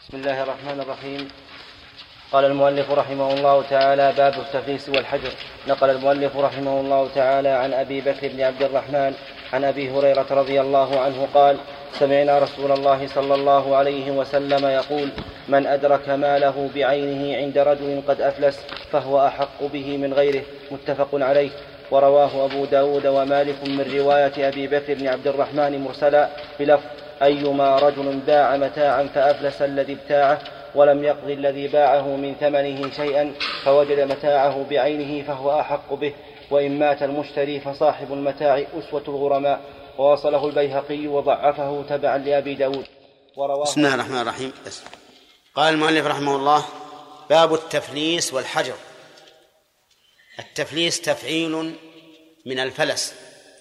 بسم الله الرحمن الرحيم. قال المؤلف رحمه الله تعالى: باب التفليس والحجر. نقل المؤلف رحمه الله تعالى عن أبي بكر بن عبد الرحمن عن أبي هريرة رضي الله عنه قال: سمعنا رسول الله صلى الله عليه وسلم يقول: من أدرك ماله بعينه عند رجل قد أفلس فهو أحق به من غيره. متفق عليه. ورواه أبو داود ومالك من رواية أبي بكر بن عبد الرحمن مرسلا بلفظ: أيما رجل باع متاعا فأفلس الذي ابتاعه ولم يقض الذي باعه من ثمنه شيئا فوجد متاعه بعينه فهو أحق به، وإن مات المشتري فصاحب المتاع أسوة الغرماء. ووصله البيهقي وضعفه تبعا لأبي داود. بسم الله الرحمن الرحيم. قال المؤلف رحمه الله: باب التفليس والحجر. التفليس تفعيل من الفلس،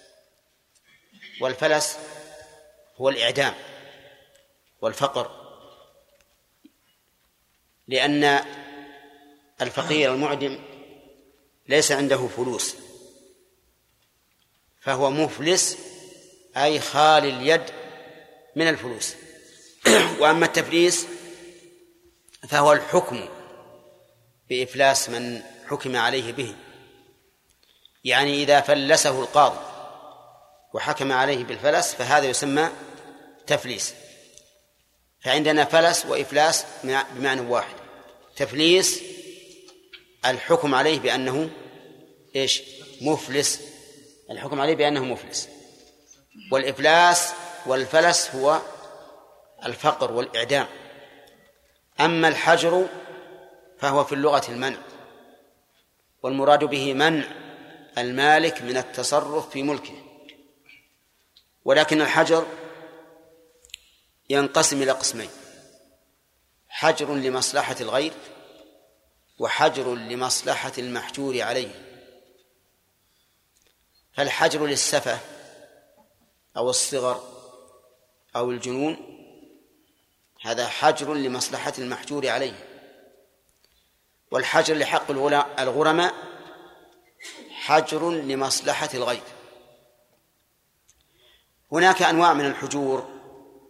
والفلس هو الإعدام والفقر، لأن الفقير المعدم ليس عنده فلوس فهو مفلس، أي خالي اليد من الفلوس. وأما التفليس فهو الحكم بإفلاس من حكم عليه به، يعني إذا فلسه القاضي وحكم عليه بالفلس فهذا يسمى تفليس. فعندنا فلس وإفلاس بمعنى واحد. تفليس الحكم عليه بأنه مفلس، الحكم عليه بأنه مفلس. والإفلاس والفلس هو الفقر والإعدام. أما الحجر فهو في اللغة المنع، والمراد به منع المالك من التصرف في ملكه. ولكن الحجر ينقسم إلى قسمين: حجر لمصلحة الغير وحجر لمصلحة المحجور عليه. فالحجر للسفة أو الصغر أو الجنون هذا حجر لمصلحة المحجور عليه، والحجر لحق الغرماء حجر لمصلحة الغير. هناك أنواع من الحجور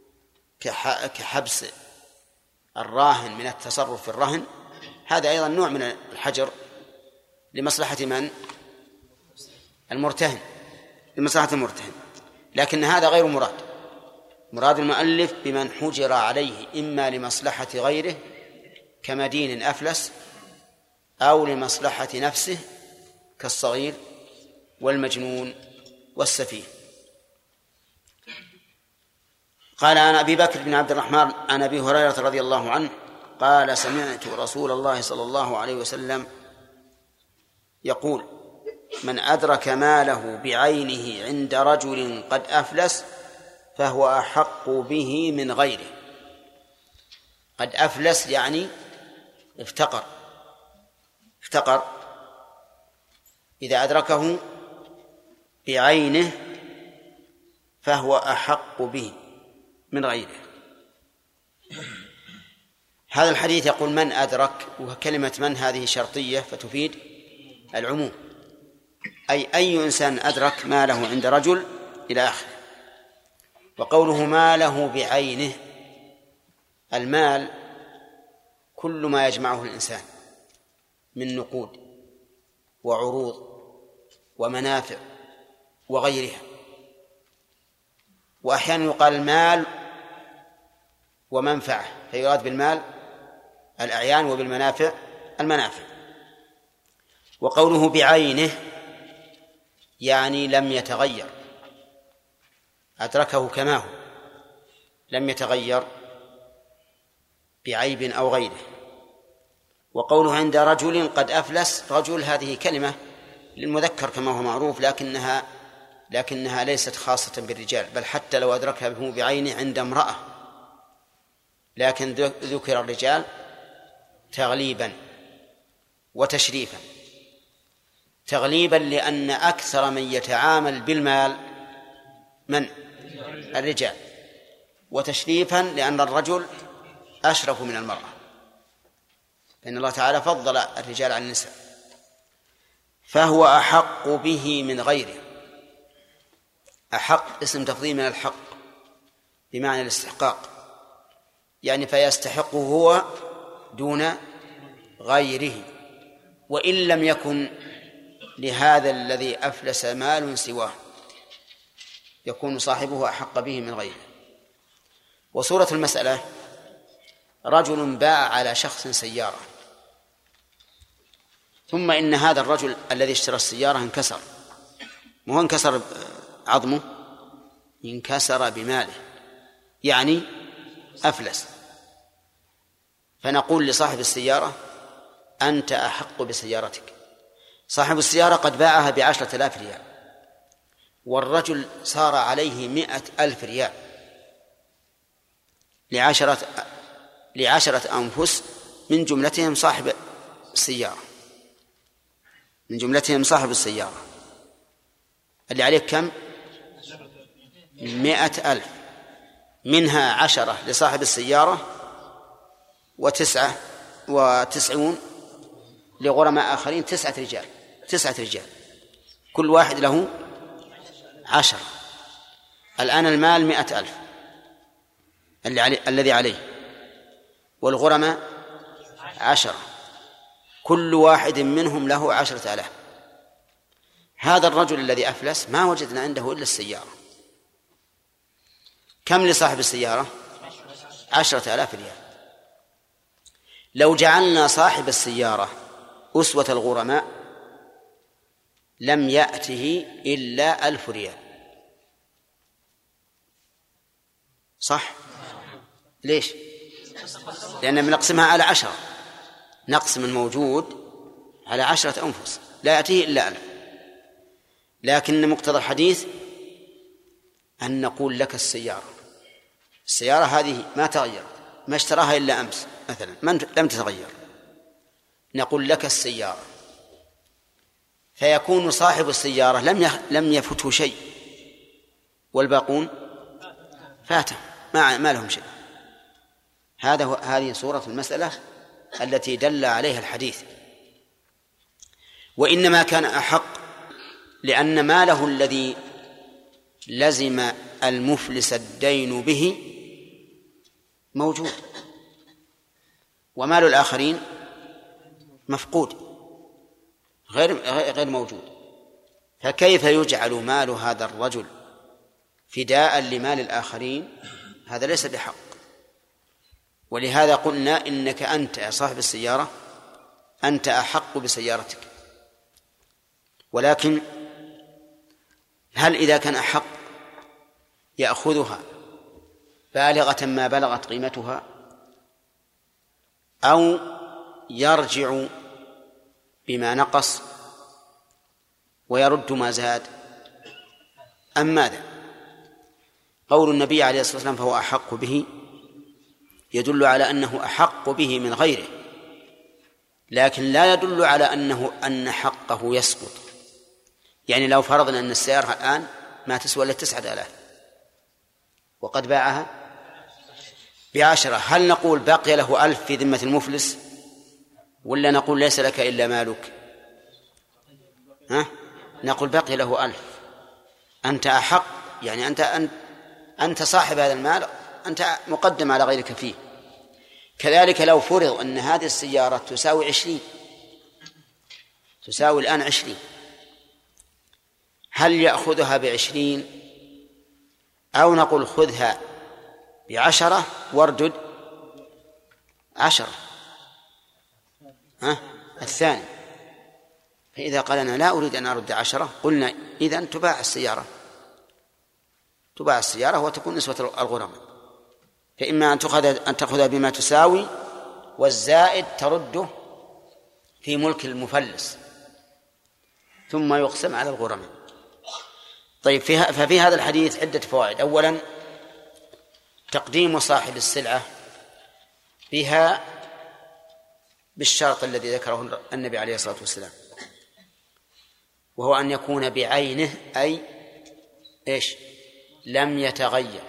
كحبس الراهن من التصرف في الرهن، هذا أيضا نوع من الحجر لمصلحة من؟ المرتهن، لمصلحة المرتهن. لكن هذا غير مراد المؤلف بمن حجر عليه إما لمصلحة غيره كمدين أفلس أو لمصلحة نفسه كالصغير والمجنون والسفيه. قال عن أبي بكر بن عبد الرحمن عن أبي هريرة رضي الله عنه قال: سمعت رسول الله صلى الله عليه وسلم يقول: من أدرك ماله بعينه عند رجل قد أفلس فهو أحق به من غيره. قد أفلس يعني افتقر. إذا أدركه بعينه فهو أحق به من غيره. هذا الحديث يقول من أدرك، وكلمة من هذه شرطية فتفيد العموم، أي إنسان أدرك ماله عند رجل إلى آخره. وقوله ماله بعينه، المال كل ما يجمعه الإنسان من نقود وعروض ومنافع وغيرها. وأحيانا يقال المال ومنفعة، فيراد بالمال الأعيان وبالمنافع المنافع. وقوله بعينه يعني لم يتغير، أدركه كما هو، لم يتغير بعيب أو غيره. وقوله عند رجل قد أفلس، رجل هذه كلمة للمذكر كما هو معروف، لكنها ليست خاصة بالرجال، بل حتى لو أدركها به بعينه عند امرأة، لكن ذكر الرجال تغليبا وتشريفا. تغليبا لأن أكثر من يتعامل بالمال من؟ الرجال. وتشريفا لأن الرجل أشرف من المرأة، فإن الله تعالى فضل الرجال على النساء. فهو أحق به من غيره. أحق اسم تفضيل من الحق بمعنى الاستحقاق، يعني فيستحقه هو دون غيره، وإن لم يكن لهذا الذي أفلس مال سواه يكون صاحبه أحق به من غيره. وصورة المسألة: رجل باع على شخص سيارة، ثم إن هذا الرجل الذي اشترى السيارة انكسر، وهو انكسر عظمه، انكسر بماله، يعني أفلس. فنقول لصاحب السيارة: أنت أحق بسيارتك. صاحب السيارة قد باعها ب10,000 ريال، والرجل صار عليه 100,000 ريال ل10 أنفس من جملتهم صاحب السيارة، اللي عليه كم؟ 100,000، منها 10 لصاحب السيارة 99 لغرماء آخرين، 9 رجال كل واحد له 10. الآن المال 100,000 الذي عليه، والغرماء 10، كل واحد منهم له 10,000. هذا الرجل الذي أفلس ما وجدنا عنده إلا السيارة. كم لصاحب السيارة؟ 10,000 ريال. لو جعلنا صاحب السيارة أسوة الغرماء لم يأته إلا 1,000 ريال، صح؟ ليش؟ لأننا بنقسمها على 10، نقسم الموجود على 10 أنفس، لا يأتيه إلا 1000. لكن مقتضى الحديث أن نقول لك السيارة هذه ما تغيرت، ما اشتراها إلا أمس مثلا، لم تتغير، نقول لك السيارة، فيكون صاحب السيارة لم يفته شيء، والباقون فاته ما لهم شيء. هذه صورة المسألة التي دل عليها الحديث. وإنما كان أحق لأن ماله الذي لزم المفلس الدين به موجود، ومال الآخرين مفقود غير موجود، فكيف يجعل مال هذا الرجل فداء لمال الآخرين؟ هذا ليس بحق. ولهذا قلنا إنك أنت يا صاحب السيارة أنت أحق بسيارتك. ولكن هل إذا كان أحق يأخذها بالغة ما بلغت قيمتها، أو يرجع بما نقص ويرد ما زاد، أم ماذا؟ قول النبي عليه الصلاة والسلام فهو أحق به يدل على أنه أحق به من غيره، لكن لا يدل على أن حقه يسقط. يعني لو فرضنا أن السيارة الآن ما تسوى إلا 9,000 وقد باعها ب10، هل نقول بقي له 1000 في ذمة المفلس، ولا نقول ليس لك إلا مالك؟ نقول بقي له 1000. أنت أحق، يعني أنت صاحب هذا المال، أنت مقدم على غيرك فيه. كذلك لو فرض أن هذه السيارة تساوي الآن 20، هل يأخذها ب20 أو نقول خذها ب10 واردد 10 الثاني؟ فإذا قال أنا لا أريد أن أرد 10، قلنا إذن تباع السيارة وتكون نسبة الغرماء، فإما أن تأخذها بما تساوي، والزائد ترده في ملك المفلس ثم يقسم على الغرماء. طيب، ففي هذا الحديث عدة فوائد. أولا، تقديم صاحب السلعة بها بالشرط الذي ذكره النبي عليه الصلاة والسلام، وهو أن يكون بعينه، أي لم يتغير.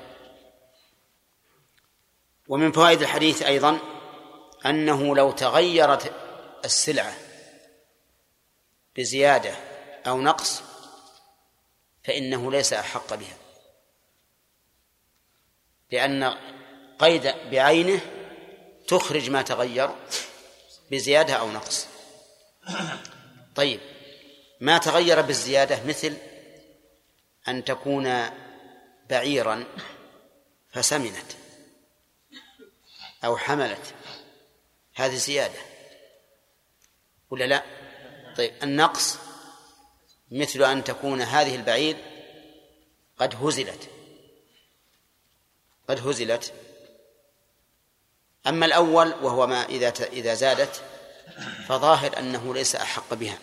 ومن فوائد الحديث أيضا أنه لو تغيرت السلعة بزيادة أو نقص فإنه ليس أحق بها، لأن قيد بعينه تخرج ما تغير بزيادة أو نقص. طيب، ما تغير بالزيادة مثل أن تكون بعيرا فسمنت أو حملت، هذه زيادة ولا لا؟ طيب، النقص مثل أن تكون هذه البعير قد هزلت. أما الأول وهو ما إذا زادت فظاهر أنه ليس أحق بها،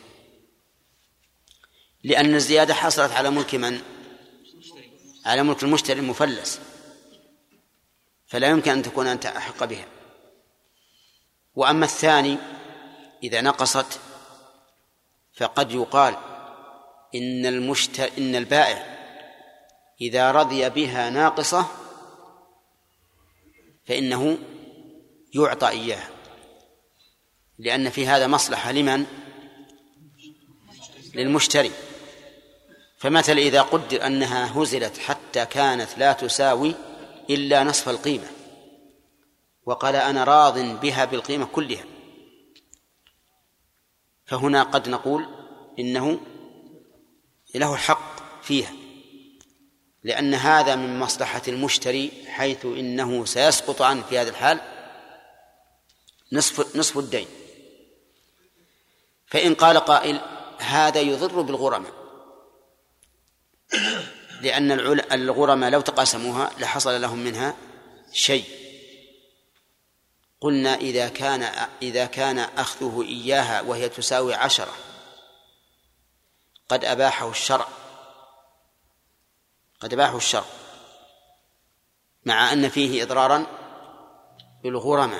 لأن الزيادة حصلت على ملك من؟ على ملك المشتري المفلس، فلا يمكن أن تكون أنت أحق بها. وأما الثاني إذا نقصت فقد يقال إن البائع إذا رضي بها ناقصة فإنه يعطى إياها، لأن في هذا مصلحة لمن؟ للمشتري. فمثل إذا قدر أنها هزلت حتى كانت لا تساوي إلا نصف القيمة وقال أنا راض بها بالقيمة كلها، فهنا قد نقول إنه له حق فيها، لأن هذا من مصلحة المشتري، حيث إنه سيسقط عنه في هذا الحال نصف الدين. فإن قال قائل هذا يضر بالغرماء، لأن الغرماء لو تقاسموها لحصل لهم منها شيء. قلنا إذا كان أخذه إياها وهي تساوي 10 قد أباحه الشرع مع أن فيه إضرارا بالغرماء،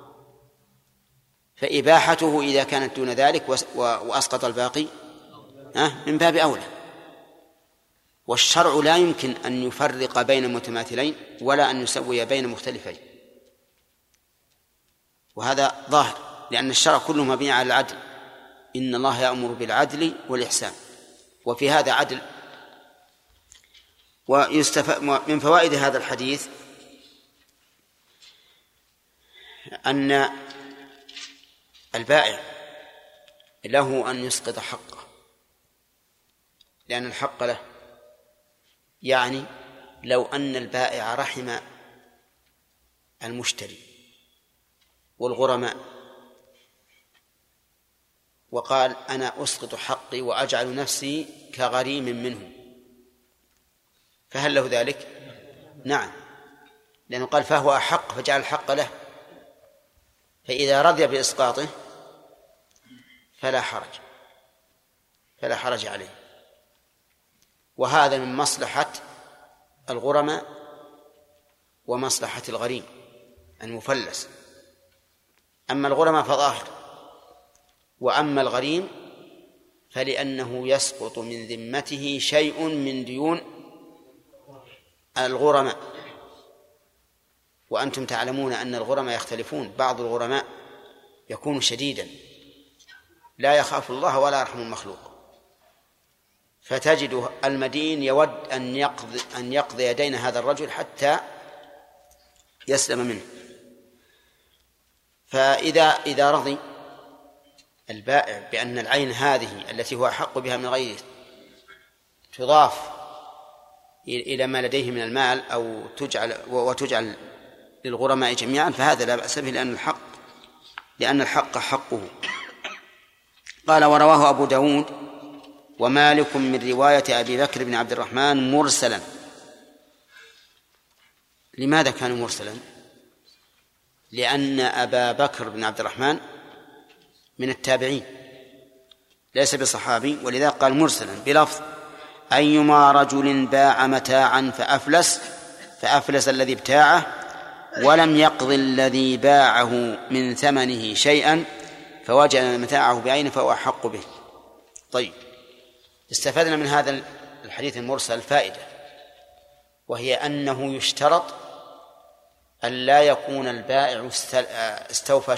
فإباحته إذا كانت دون ذلك وأسقط الباقي من باب أولى. والشرع لا يمكن أن يفرق بين متماثلين ولا أن يسوي بين مختلفين، وهذا ظاهر، لأن الشرع كله مبني على العدل، إن الله يأمر بالعدل والإحسان، وفي هذا عدل. من فوائد هذا الحديث أن البائع له أن يسقط حقه، لأن الحق له. يعني لو أن البائع رحم المشتري والغرماء وقال أنا أسقط حقي وأجعل نفسي كغريم منه، فهل له ذلك؟ نعم، لأنه قال فهو أحق فجعل الحق له، فإذا رضي بإسقاطه فلا حرج عليه. وهذا من مصلحة الغرماء ومصلحة الغريم المفلس. أما الغرماء فظاهر، وأما الغريم فلأنه يسقط من ذمته شيء من ديون الغرماء. وأنتم تعلمون أن الغرماء يختلفون، بعض الغرماء يكون شديدا لا يخاف الله ولا يرحم المخلوق، فتجد المدين يود أن يقضي دين هذا الرجل حتى يسلم منه. فإذا رضي البائع بأن العين هذه التي هو أحق بها من غيره تضاف إلى ما لديه من المال أو تجعل للغرماء جميعا، فهذا لا بأس به لأن الحق حقه. قال ورواه أبو داود ومالك من رواية أبي بكر بن عبد الرحمن مرسلا. لماذا كان مرسلا؟ لأن أبا بكر بن عبد الرحمن من التابعين ليس بصحابي، ولذلك قال مرسلا بلفظ أيما رجل باع متاعا فأفلس الذي ابتاعه ولم يقض الذي باعه من ثمنه شيئا فوجد متاعه بعينه فهو أحق به. طيب، استفدنا من هذا الحديث المرسل فائدة، وهي أنه يشترط أن لا يكون البائع استوفى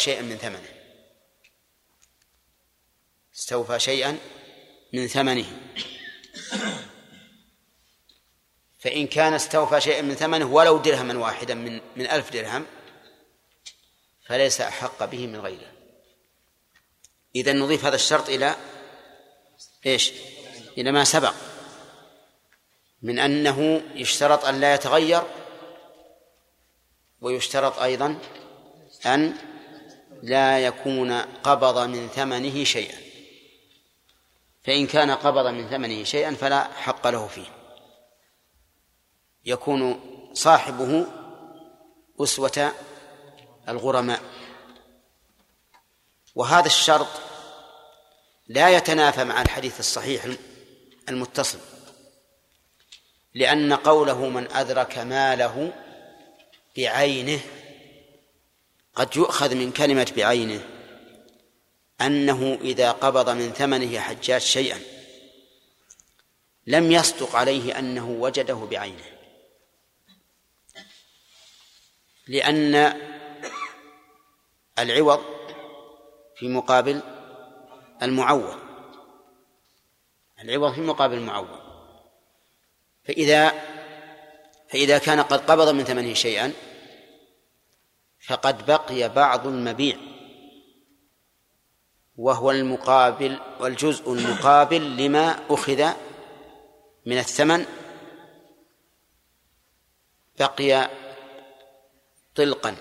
شيئا من ثمنه. فإن كان استوفى شيئا من ثمنه ولو درهما واحدا من 1000 درهم فليس أحق به من غيره. إذن نضيف هذا الشرط إلى إيش؟ إلى ما سبق من أنه يشترط أن لا يتغير، ويشترط أيضا أن لا يكون قبض من ثمنه شيئا، فإن كان قبض من ثمنه شيئا فلا حق له فيه، يكون صاحبه أسوة الغرماء. وهذا الشرط لا يتنافى مع الحديث الصحيح المتصل، لأن قوله من أدرك ماله بعينه قد يؤخذ من كلمة بعينه أنه إذا قبض من ثمنه حجاج شيئا لم يصدق عليه أنه وجده بعينه، لأن العوض في مقابل المعوض، العوض في مقابل المعوض. فإذا كان قد قبض من ثمنه شيئا فقد بقي بعض المبيع وهو المقابل والجزء المقابل لما أخذ من الثمن، بقي طلقا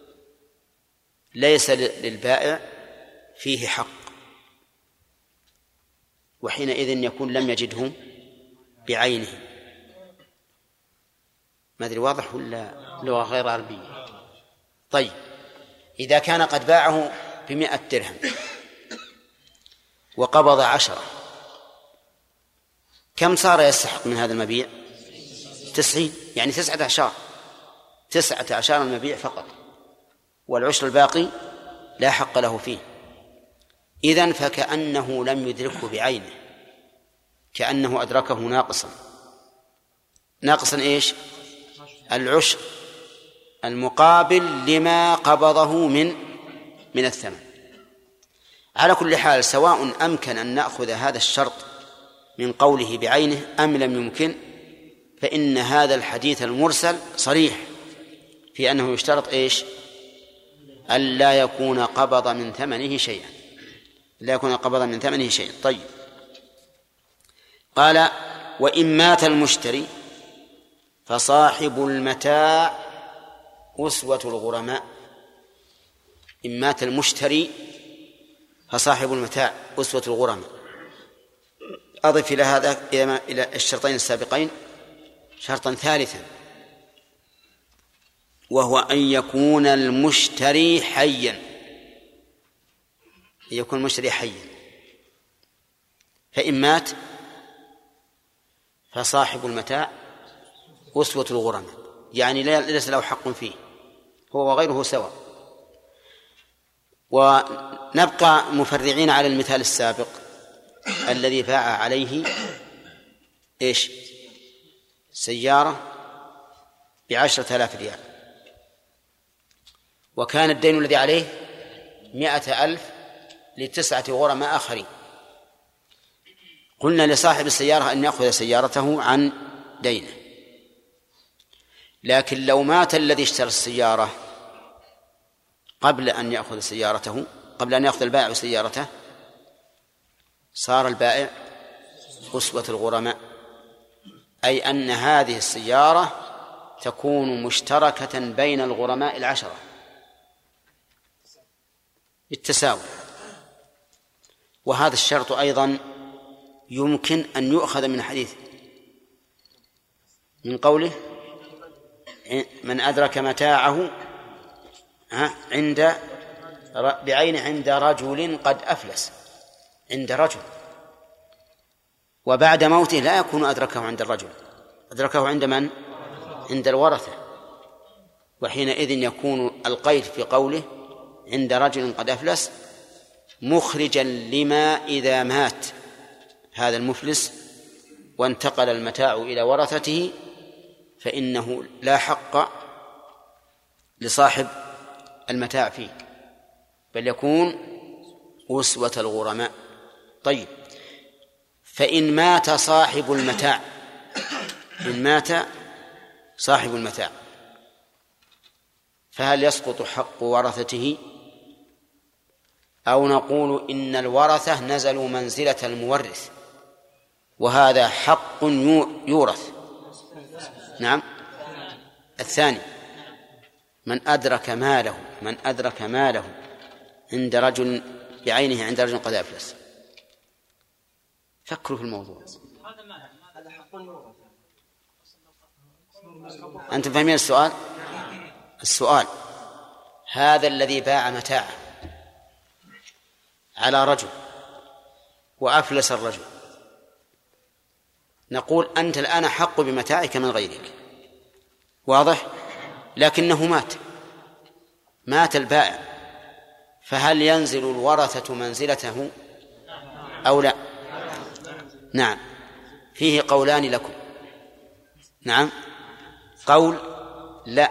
ليس للبائع فيه حق، وحينئذ يكون لم يجده بعينه. ما أدري واضح ولا لغة غير عربية؟ طيب، إذا كان قد باعه ب100 درهم وقبض 10، كم صار يستحق من هذا المبيع؟ 90، يعني 19 المبيع فقط، والعشر الباقي لا حق له فيه. إذن فكأنه لم يدركه بعينه، كأنه أدركه ناقصا إيش؟ العشر المقابل لما قبضه من الثمن. على كل حال، سواء أمكن أن نأخذ هذا الشرط من قوله بعينه أم لم يمكن، فإن هذا الحديث المرسل صريح في أنه يشترط إيش؟ ألا يكون قبض من ثمنه شيئا، لا يكون قبض من ثمنه شيئا. طيب، قال وإن مات المشتري فصاحب المتاع أسوة الغرماء. إن مات المشتري فصاحب المتاع أسوة الغرماء. أضف إلى هذا إلى الشرطين السابقين شرطا ثالثا، وهو أن يكون المشتري حيا، أن يكون المشتري حيا. فإن مات فصاحب المتاع أسوة الغرماء، يعني ليس له حق فيه، هو وغيره سواء. ونبقى مفرعين على المثال السابق الذي باع عليه إيش؟ سيارة ب10,000 ريال، وكان الدين الذي عليه 100,000 ل9 غرماء آخرين. قلنا لصاحب السيارة أن يأخذ سيارته عن دينه، لكن لو مات الذي اشترى السيارة قبل أن يأخذ سيارته، قبل أن يأخذ البائع سيارته، صار البائع أسوة الغرماء، أي أن هذه السيارة تكون مشتركة بين الغرماء 10 بالتساوي. وهذا الشرط أيضا يمكن أن يؤخذ من حديث من قوله من أدرك متاعه بعين عند رجل قد أفلس، عند رجل، وبعد موته لا يكون أدركه عند الرجل، أدركه عند من؟ عند الورثة. وحينئذ يكون القيد في قوله عند رجل قد أفلس مخرجا لما إذا مات هذا المفلس وانتقل المتاع إلى ورثته فإنه لا حق لصاحب المتاع فيه، بل يكون أسوة الغرماء. طيب، فإن مات صاحب المتاع، إن مات صاحب المتاع، فهل يسقط حق ورثته أو نقول إن الورثة نزلوا منزلة المورث وهذا حق يورث؟ نعم، الثاني، من أدرك ماله عند رجل بعينه عند رجل قد أفلس. فكروا في الموضوع. أنتم فاهمين السؤال؟ السؤال هذا الذي باع متاعه على رجل وأفلس الرجل، نقول أنت الآن حق بمتاعك من غيرك، واضح؟ لكنه مات البائع، فهل ينزل الورثة منزلته أو لا؟ نعم، فيه قولان لكم. نعم، قول لا،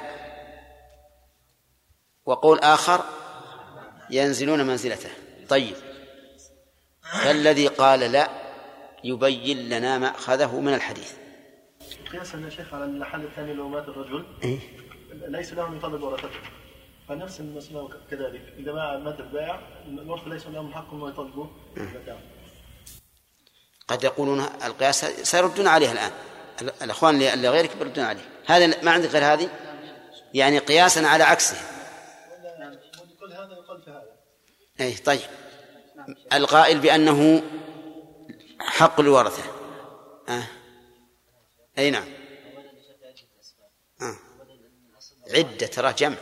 وقول آخر ينزلون منزلته. طيب، فالذي قال لا يبين لنا مأخذه من الحديث. قياسا يا شيخ على الحال الثاني لو مات الرجل ليس لهم يطالب ورثته، فنفس المسألة كذلك إذا مات البائع الورثة ليس لهم حق أن يطالبوه. قد يقولون القياس سيردون عليه الآن الأخوان اللي غيرك يردون عليه. هذا ما عندك غير هذه، يعني قياسا على عكسه. كل هذا يقال في هذا. أي طيب، القائل بأنه حق الورثة. أي نعم، عدة ترى جمع.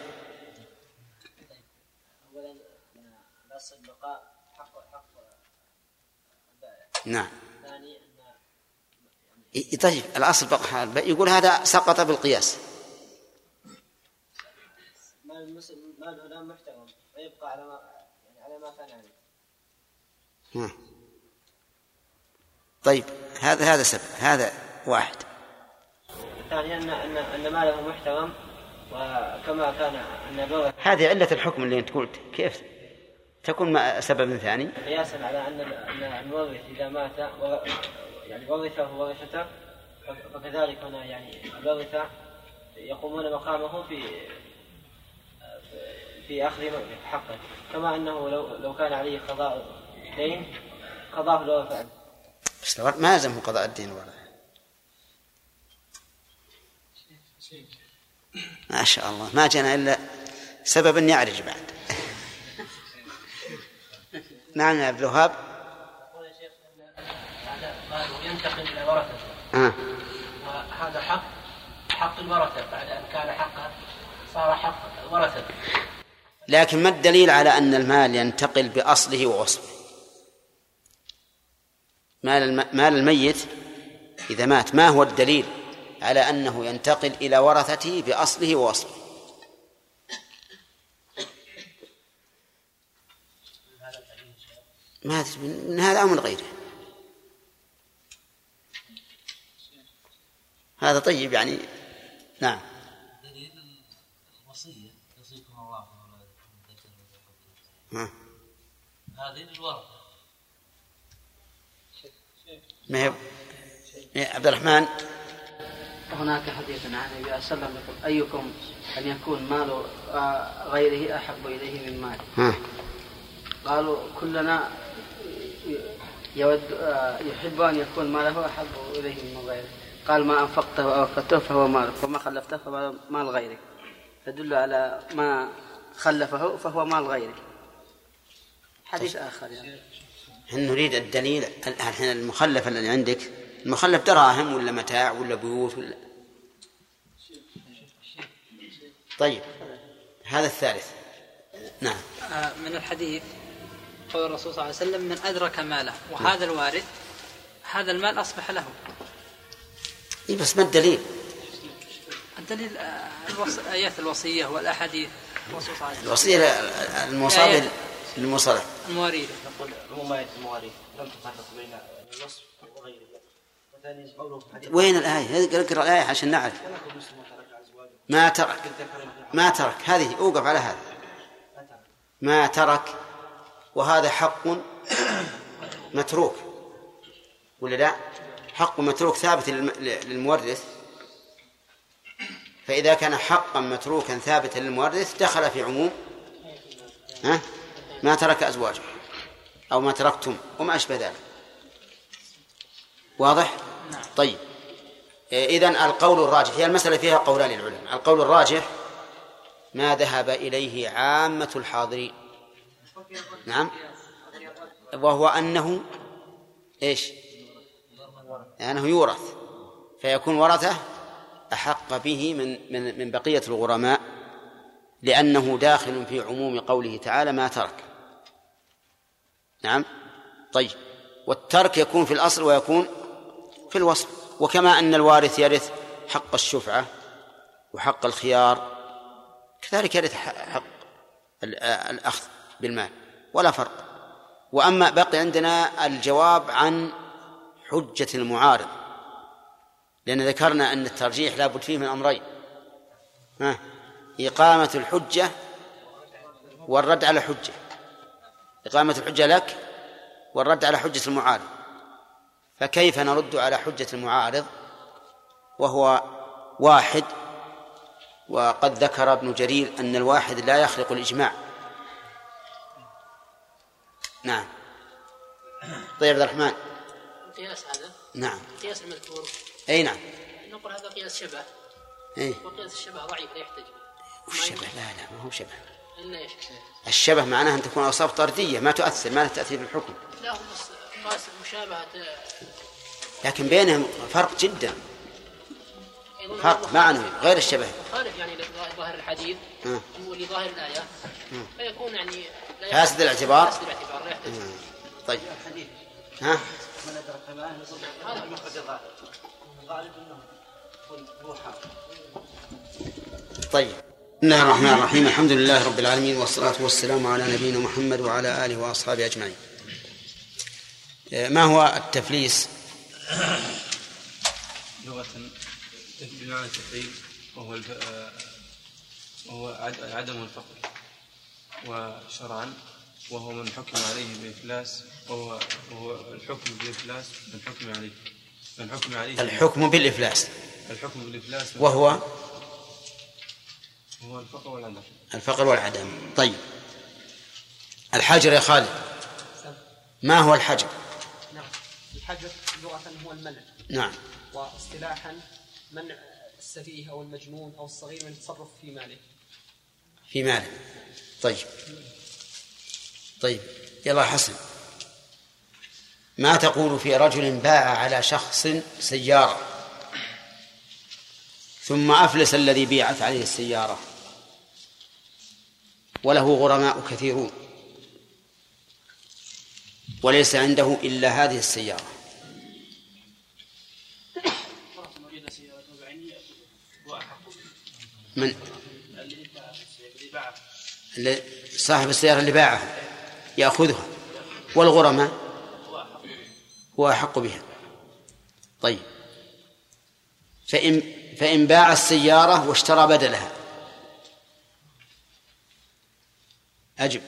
نعم، طيب الأصل بقى يقول هذا سقط بالقياس. ماله لا محترم ويبقى على ما كان عليه. طيب هذا سبب، هذا واحد. الثاني أن ماله محترم وكما كان أن هذه علة الحكم اللي أنت قلت، كيف تكون سبب ثاني؟ قياسا على أن المورث إذا مات يعني ورثه ورثته، فكذلك هنا يعني الورثة يقومون مقامه في أخذ حقه، كما أنه لو كان عليه قضاء دين قضاه لو فعل. بس ما يلزمه قضاء الدين ولا. ما شاء الله، ما جانا إلا سبب يعرج بعد. نعم يا عبد الوهاب. ينتقل إلى ورثته. وهذا حق الورثة، بعد أن كان حقه صار حق ورثته. لكن ما الدليل على أن المال ينتقل بأصله ووصفه؟ مال الميت إذا مات ما هو الدليل على أنه ينتقل إلى ورثته بأصله ووصفه؟ من هذا أو من غيره. هذا طيب يعني. نعم. دليل الوصية يوصيكم الله هذه الورثة. ما هي عبد الرحمن؟ هناك حديث عن النبي صلى الله عليه وسلم يقول أيكم أن يكون مال غيره أحب إليه من ماله؟ قالوا كلنا يحب أن يكون ماله أحب إليه من غيره. قال ما أنفقته وأوفقته فهو مالك وما خلفته فهو مال غيرك، تدل على ما خلفه فهو مال غيرك. حديث آخر يعني. نريد الدليل الحين. المخلف الذي عندك المخلف دراهم ولا متاع ولا بيوت ولا. طيب هذا الثالث. نعم. من الحديث قول الرسول صلى الله عليه وسلم من أدرك ماله، وهذا الوارث هذا المال أصبح له. إيه بس ما الدليل؟ الدليل آيات الوصية والأحاديث الرسول صلى الله عليه وسلم. الوصية المصالح المواريث. نقول عمومات المواريث لم تفرق بين الوصف وغيره. وثاني قوله وين الآية؟ اقرأ الآية عشان نعرف. ما ترك هذه أوقف على هذا. ما ترك، وهذا حق متروك ولا لا؟ حق متروك ثابت للمورث. فإذا كان حقا متروكا ثابتا للمورث دخل في عموم ما ترك أزواجه أو ما تركتم وما أشبه ذلك. واضح؟ طيب، إذن القول الراجح، هي المسألة فيها قولان للعلماء. القول الراجح ما ذهب إليه عامة الحاضرين، نعم، وهو أنه إيش؟ أنه يورث، فيكون ورثه أحق به من بقية الغرماء، لأنه داخل في عموم قوله تعالى ما ترك. نعم. طيب، والترك يكون في الأصل ويكون في الوصف، وكما أن الوارث يرث حق الشفعة وحق الخيار، كذلك يرث حق الأخذ بالمال، ولا فرق. وأما بقي عندنا الجواب عن حجة المعارض، لأن ذكرنا أن الترجيح لا بد فيه من أمرين: إقامة الحجة والرد على الحجة. إقامة الحجة لك والرد على حجة المعارض. فكيف نرد على حجة المعارض وهو واحد؟ وقد ذكر ابن جرير أن الواحد لا يخلق الإجماع. نعم. طيب عبد الرحمن. قياس هذا؟ نعم. قياس المذكور. أي نعم. نقول هذا قياس شبه. إيه؟ وقياس الشبه ضعيف لا يحتاج. الشبه لا ما هو شبه. إلا إيش؟ الشبه معناه أن تكون أوصاف طردية ما تؤثر، ما لها تأثير في الحكم. لا، هو بس قاس المشابهة، لكن بينهم فرق جدا، فرق معنوي غير الشبه. مخالف يعني لظاهر الحديث ولظاهر الآية، فيكون يعني فاسد الاعتبار. فاسد الاعتبار لا يحتاج. طيب. من أدرك معه هذا المخرج الغالب أنه هو حق. طيب، بسم الله الرحمن الرحيم. الحمد لله رب العالمين، والصلاة والسلام على نبينا محمد وعلى آله وأصحابه أجمعين. ما هو التفليس؟ لغة بمعنى التفعيل، وهو عدم الفقر، وشرعا وهو من حكم عليه بإفلاس، وهو الحكم بالإفلاس من حكم عليه الحكم بالإفلاس، وهو الفقر والعدم. طيب، الحجر يا خالد، ما هو الحجر؟ نعم، الحجر لغة هو المنع. نعم. واصطلاحا منع السفيه أو المجنون أو الصغير من التصرف في ماله. طيب يلا حسن، ما تقول في رجل باع على شخص سيارة ثم أفلس الذي بيعت عليه السيارة وله غرماء كثيرون وليس عنده إلا هذه السيارة؟ من صاحب السيارة اللي باعها يأخذها، والغرماء هو أحق بها. طيب، فإن باع السيارة واشترى بدلها أجب.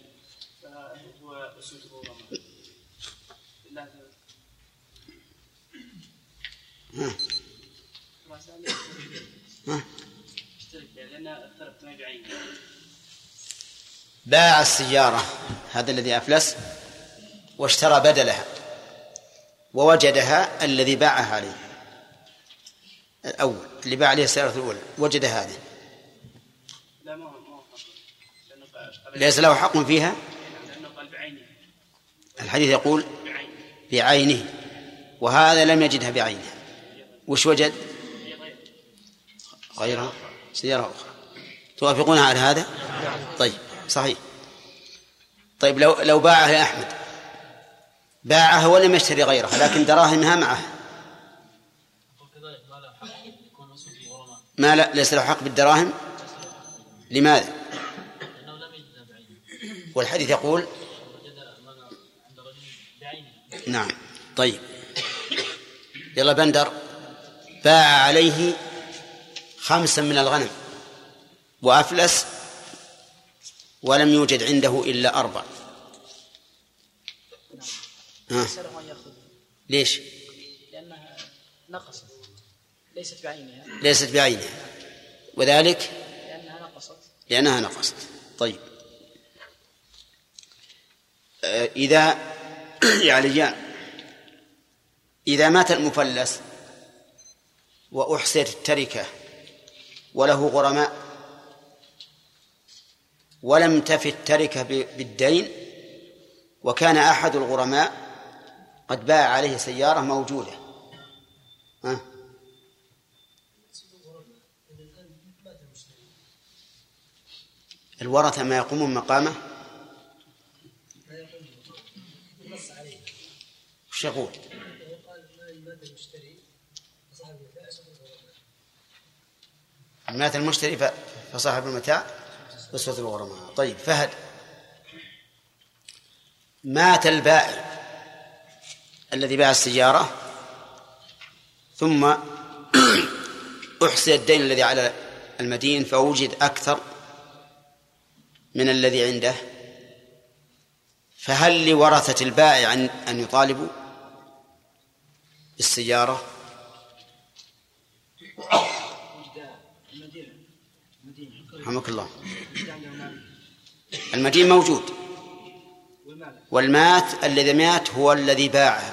باع السيارة هذا الذي أفلس واشترى بدلها ووجدها الذي باعها عليه الأول، اللي باع عليه السيارة الأولى وجد هذه، ليس له حق فيها. الحديث يقول بعينه، وهذا لم يجدها بعينه، وش وجد؟ غيرها، سيارة أخرى. توافقون على هذا؟ طيب، صحيح. طيب، لو باعها يا أحمد، باعها ولم يشتري غيرها لكن دراهمها معه، ما ليس له حق بالدراهم. لماذا؟ والحديث يقول نعم. طيب، يلا بندر، باع عليه 5 من الغنم وأفلس ولم يوجد عنده إلا 4. ليش؟ لأنها نقصت، ليست بعينها. وذلك لأنها نقصت. طيب إذا يعني إذا مات المفلس وأحصيت التركة وله غرماء ولم تف التركة بالدين وكان أحد الغرماء قد باع عليه سيارة موجودة، الورثة ما يقومون مقامه. وش يقول؟ مات المشتري فصاحب المتاع أسوة الغرماء. طيب فهد، مات البائع الذي باع السيارة ثم أحصي الدين الذي على المدين فوجد أكثر من الذي عنده، فهل لورثة البائع أن يطالبوا بالسيارة؟ رحمك الله، المدين موجود والمات الذي مات هو الذي باعها.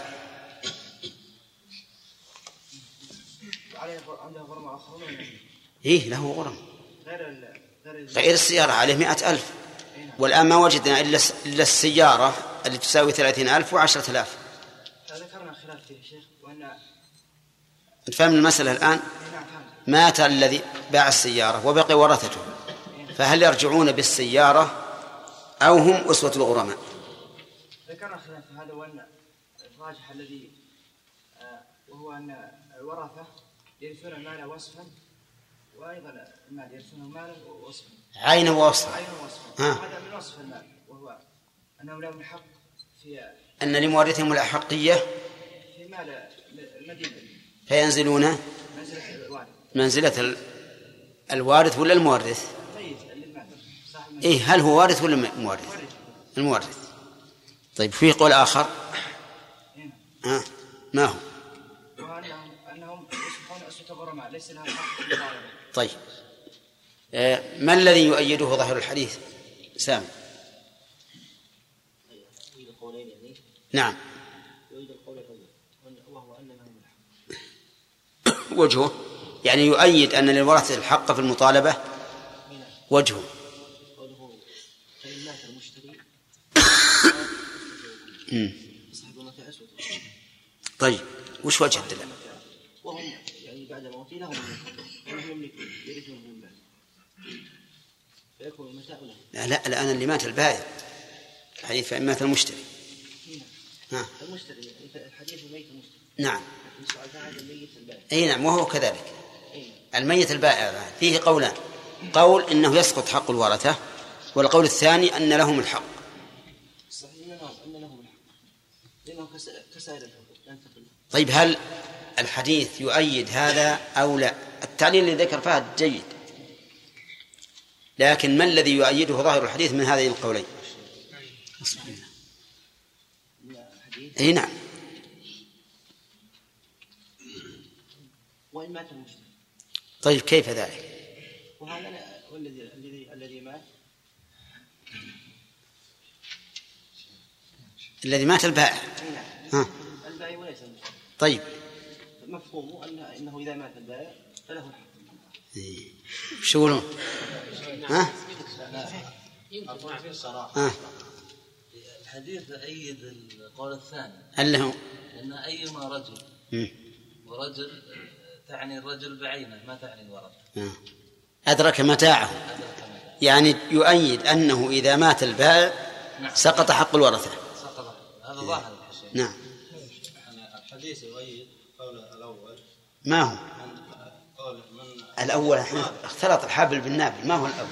إيه له غرم غير السيارة، عليه 100,000 والآن ما وجدنا إلا السيارة اللي تساوي 30,000 و10,000. ذكرنا خلاف فيه شيخ وأن نفهم المسألة الآن. مات الذي باع السيارة وبقي ورثته، فهل يرجعون بالسيارة أو هم أسوة الغرماء؟ ذكرنا خلاف هذا، وأن الراجح الذي وهو أن الورثة يرثون المال وصفا وأيضا المال يرثونه مالا وصفا، عينا ووصفا. هذا من وصف المال، وهو أنه لهم الحق في أن لمورثهم الأحقية في مال المدينة فينزلون منزلة الوارث ولا المورث؟ إيه، هل هو وارث ولا مورث؟ المورث. طيب في قول آخر ما هو؟ أنهم يصبحون أسوة الغرماء ليس لهم حق في المطالبة. طيب ما الذي يؤيده ظاهر الحديث؟ سامي. نعم. وجهه يعني يؤيد أن للورثة الحق في المطالبة. وجهه طيب وش وجه الدلالة؟ وهم يعني بعد موته لهم يرثون من بعد فيكون المتاع لهم. لا الآن اللي مات البائع، الحديث فإن مات المشتري. المشتري الحديث ميت المشتري. نعم. أي نعم، وهو كذلك. الميت البائع فيه قولان: قول إنه يسقط حق الورثة، والقول الثاني أن لهم الحق. صحيح أن لهم الحق لأنه كسائر الحقوق. طيب هل الحديث يؤيد هذا أو لا؟ التعليل اللي ذكر فهد جيد، لكن ما الذي يؤيده ظاهر الحديث من هذين القولين؟ أي نعم. وإن مات المشتري. طيب كيف ذلك؟ وهذا الذي مات الذي مات البائع. البائع وليس المشتري. طيب مفهومه أنه إذا مات البائع فله الحق. شو يقولون؟ الحديث أيد القول الثاني أنه أن أيما رجل ورجل تعني الرجل بعينه ما تعني الورثة. أدرك متاعه، يعني يؤيد أنه إذا مات البائع سقط حق الورثة. هذا ظاهر الشيء. نعم. الحديث يؤيد قول الأول. ما هو؟ الأول اختلط الحبل بالنابل. ما هو الأول؟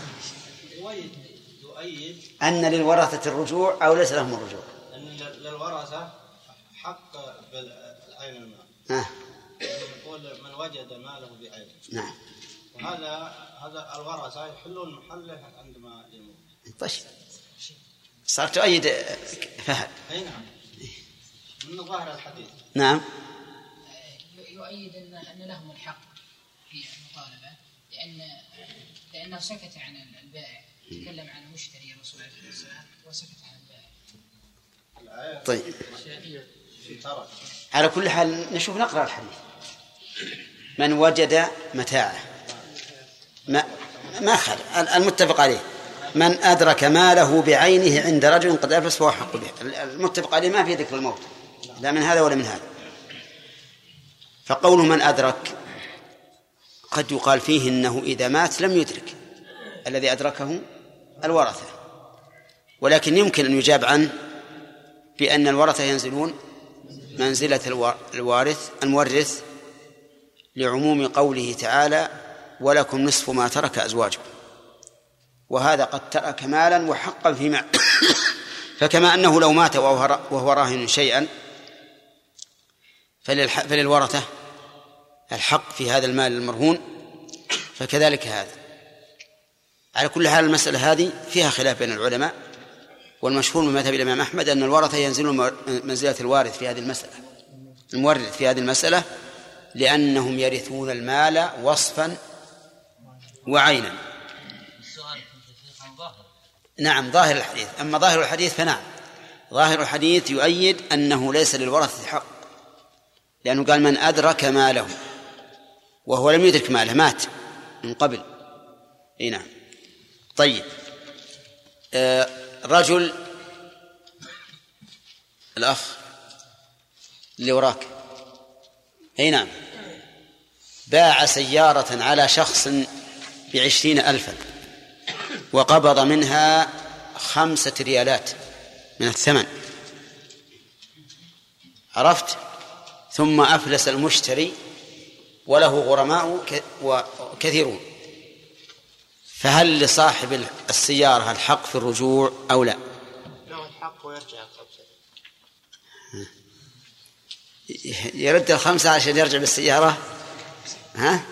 يؤيد أن للورثة الرجوع أو ليس لهم الرجوع؟ أن للورثة حق بالعين المال. يقول من وجد ماله بعينه. نعم. وهذا الورثة يحلون محله عندما يموت. طيب صار تؤيد فهد. أي نعم، من ظاهر الحديث. نعم. يؤيد أن لهم الحق في المطالبة لأنه سكت عن البائع، تكلم عن المشتري الرسول عليه الصلاة والسلام وسكت عن البائع. طيب على كل حال نشوف نقرأ الحديث. من وجد متاعه ما خالف المتفق عليه. من أدرك ماله بعينه عند رجل قد أفلس فهو حق به. المتفق عليه ما في ذكر الموت لا من هذا ولا من هذا. فقوله من أدرك قد يقال فيه إنه إذا مات لم يدرك، الذي أدركه الورثة، ولكن يمكن أن يجاب عنه بأن الورثة ينزلون منزلة المورث لعموم قوله تعالى ولكم نصف ما ترك أزواجكم، وهذا قد ترك مالا وحقا في مال. فكما أنه لو مات وهو راهن شيئا فللورثة الحق في هذا المال المرهون، فكذلك هذا. على كل حال المسألة هذه فيها خلاف بين العلماء، والمشهور من مذهب الإمام أحمد أن الورثة ينزلون منزلة الوارث في هذه المسألة، المورث في هذه المسألة، لأنهم يرثون المال وصفا وعينا. نعم ظاهر الحديث. أما ظاهر الحديث فنعم، ظاهر الحديث يؤيد أنه ليس للورثة حق، لأنه قال من أدرك ماله وهو لم يدرك ماله، مات من قبل. نعم. طيب رجل الأخ اللي وراك نعم باع سيارة على شخص ب20,000 وقبض منها 5 ريالات من الثمن، عرفت؟ ثم أفلس المشتري وله غرماء كثيرون، فهل لصاحب السيارة الحق في الرجوع أو لا؟ له الحق ويرجع الخمسة، يرد 5 عشان يرجع بالسيارة. ها؟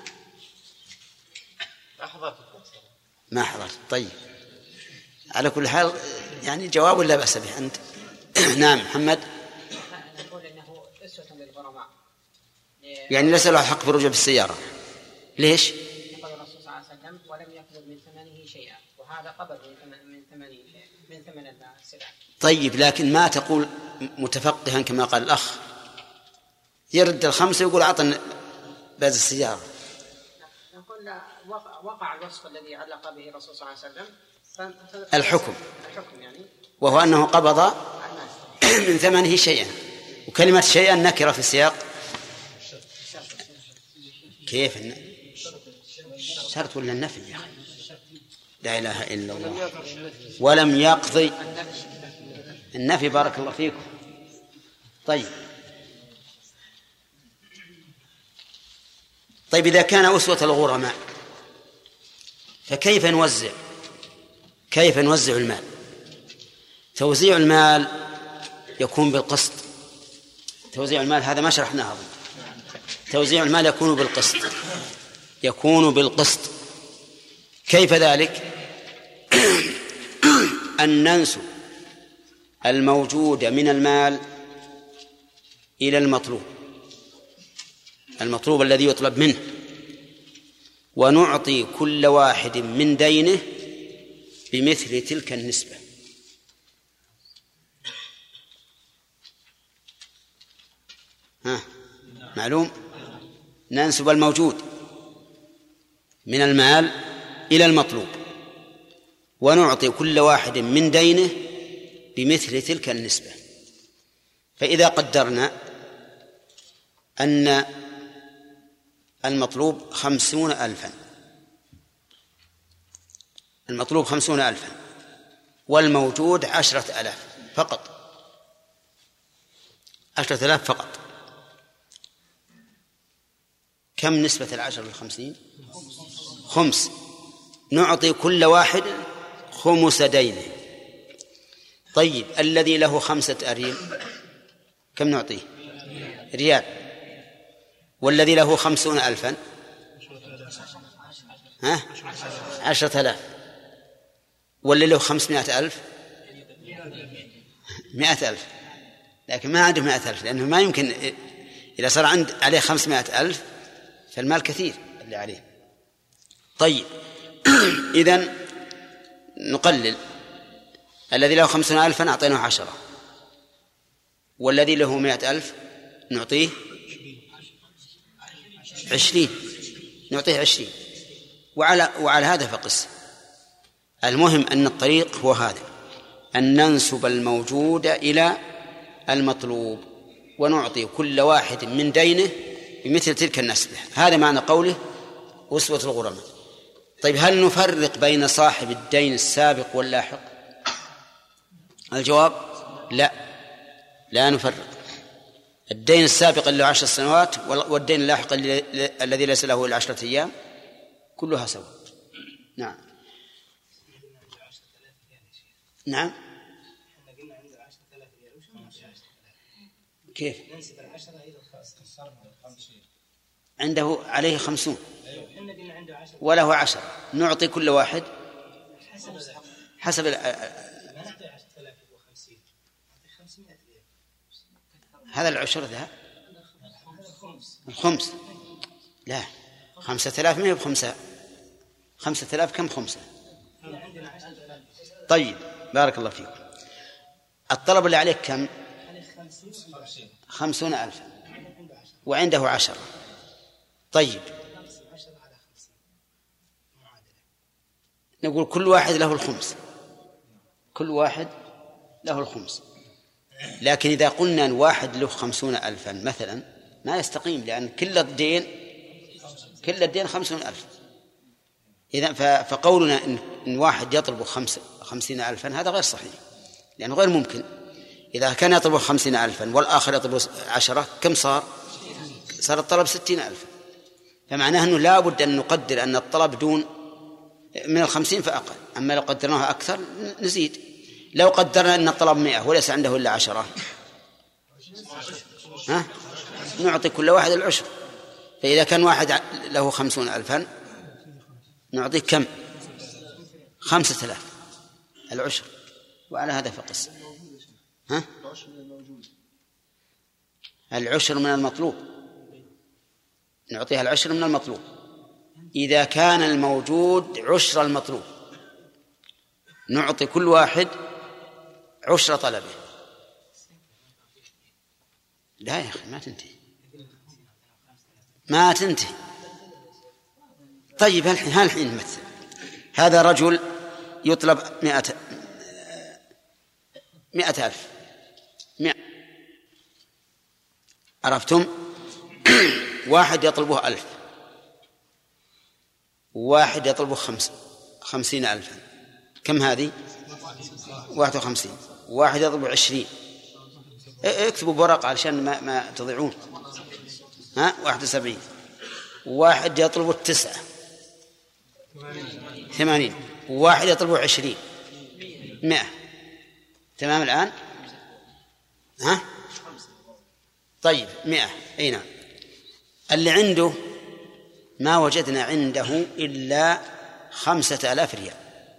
ما حضرت. طيب على كل حال يعني جواب لا بأس به. أنت نعم محمد. نقول إنه أسوة للغرماء، يعني ليس له حق في الرجوع بالسيارة. ليش؟ قال الرسول صلى الله عليه وسلم ولم يقبض من ثمنه شيئا، وهذا قبض من ثمن السلعة. طيب لكن ما تقول متفقها كما قال الأخ يرد 5 ويقول أعطني باز السيارة. نقول وقع الوصف الذي علق به الرسول صلى الله عليه وسلم الحكم يعني، وهو أنه قبض من ثمنه شيئا، وكلمة شيئا نكرة في السياق. كيف شرط ولا النفي يا أخي؟ لا إله إلا الله. ولم يقضي النفي. بارك الله فيكم. طيب إذا كان أسوة الغرماء فكيف نوزع المال؟ توزيع المال يكون بالقسط. توزيع المال هذا ما شرحناه. توزيع المال يكون بالقسط. كيف ذلك؟ أن ننسب الموجود من المال إلى المطلوب الذي يطلب منه، ونعطي كل واحد من دينه بمثل تلك النسبة. معلوم؟ ننسب الموجود من المال إلى المطلوب، ونعطي كل واحد من دينه بمثل تلك النسبة. فإذا قدرنا أن المطلوب 50,000، والموجود 10,000 فقط، 10,000 فقط. كم نسبة 10 ل50؟ 5. نعطي كل واحد 5 دينه. طيب الذي له 5 أريل كم نعطيه؟ ريال. والذي له 50,000 10,000. والذي له 500,000 100,000. لكن ما عنده 100,000، لأنه ما يمكن إذا صار عليه 500,000 فالمال كثير اللي عليه. طيب إذن نقلل. الذي له 50,000 أعطيناه 10، والذي له 100,000 نعطيه 20، نعطيه 20. وعلى هذا فقس. المهم أن الطريق هو هذا، أن ننسب الموجود إلى المطلوب ونعطي كل واحد من دينه بمثل تلك النسبة. هذا معنى قوله أسوة الغرماء. طيب هل نفرق بين صاحب الدين السابق واللاحق؟ الجواب لا نفرق. الدين السابق اللي له 10 سنوات والدين اللاحق الذي ليس له إلا 10 أيام كلها سواء. نعم. نعم. كيف؟ عنده عليه 50 وله 10، نعطي كل واحد حسب هذا العشر ذا الخمس. لا 5,000 ما هي ب5. 5,000 كم 5؟ طيب بارك الله فيكم. الطلب اللي عليك كم؟ 50,000 وعنده 10. طيب نقول كل واحد له الخمس، كل واحد له الخمس. لكن إذا قلنا أن واحد له 50,000 مثلا ما يستقيم، لأن كل الدين 50,000. إذن فقولنا إن واحد يطلب 50,000 هذا غير صحيح، لأنه غير ممكن. إذا كان يطلب 50,000 والآخر يطلب 10 كم صار الطلب 60,000. فمعناه أنه لا بد أن نقدر أن الطلب دون من 50 فأقل. أما لو قدرناها أكثر نزيد. لو قدرنا أن الطلب 100 وليس عنده إلا 10 نعطي كل واحد العشر. فإذا كان واحد له 50,000 نعطيه كم؟ 5,000 العشر. وعلى هذا فقس. العشر من المطلوب، نعطيها العشر من المطلوب إذا كان الموجود عشر المطلوب، نعطي كل واحد عشر طلبه. لا يا أخي ما تنتهي. طيب الحين نمثل. هذا رجل يطلب 100,000. عرفتم؟ واحد يطلبه 1000، واحد يطلبه 50,000. كم هذه؟ 51. واحد يطلبه 20. اكتبوا بورقة علشان ما تضيعون. 71. واحد يطلبه 9 80. واحد يطلبه 20 100. تمام الآن؟ طيب 100. أي نعم. اللي عنده ما وجدنا عنده إلا 5,000 ريال.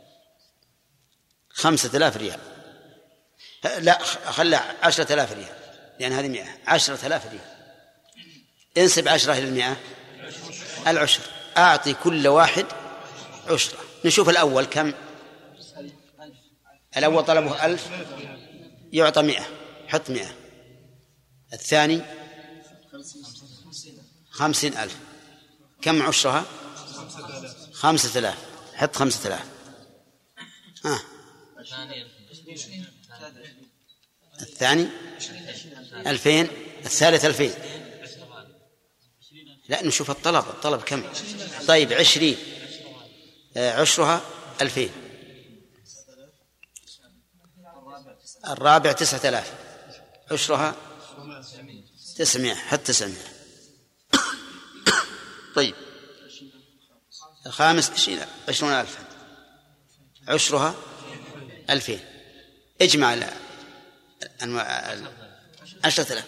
5,000 ريال. لا خلى 10,000 ريال، لأن هذه 100. 10,000 ريال. انسب 10 إلى 100 العشر. أعطي كل واحد عشرة. نشوف الأول كم. الأول طلبه 1000 يعطى 100. حط 100. الثاني 50,000. كم عشرها؟ 5,000. حط 5,000. الثاني 2000. الثالث 2000. لا نشوف الطلب كم. طيب 20 عشرها 2000. الرابع 9,000 عشرها 900. حط 900. طيب الخامس 20,000 عشرها 2000. اجمع 10,000.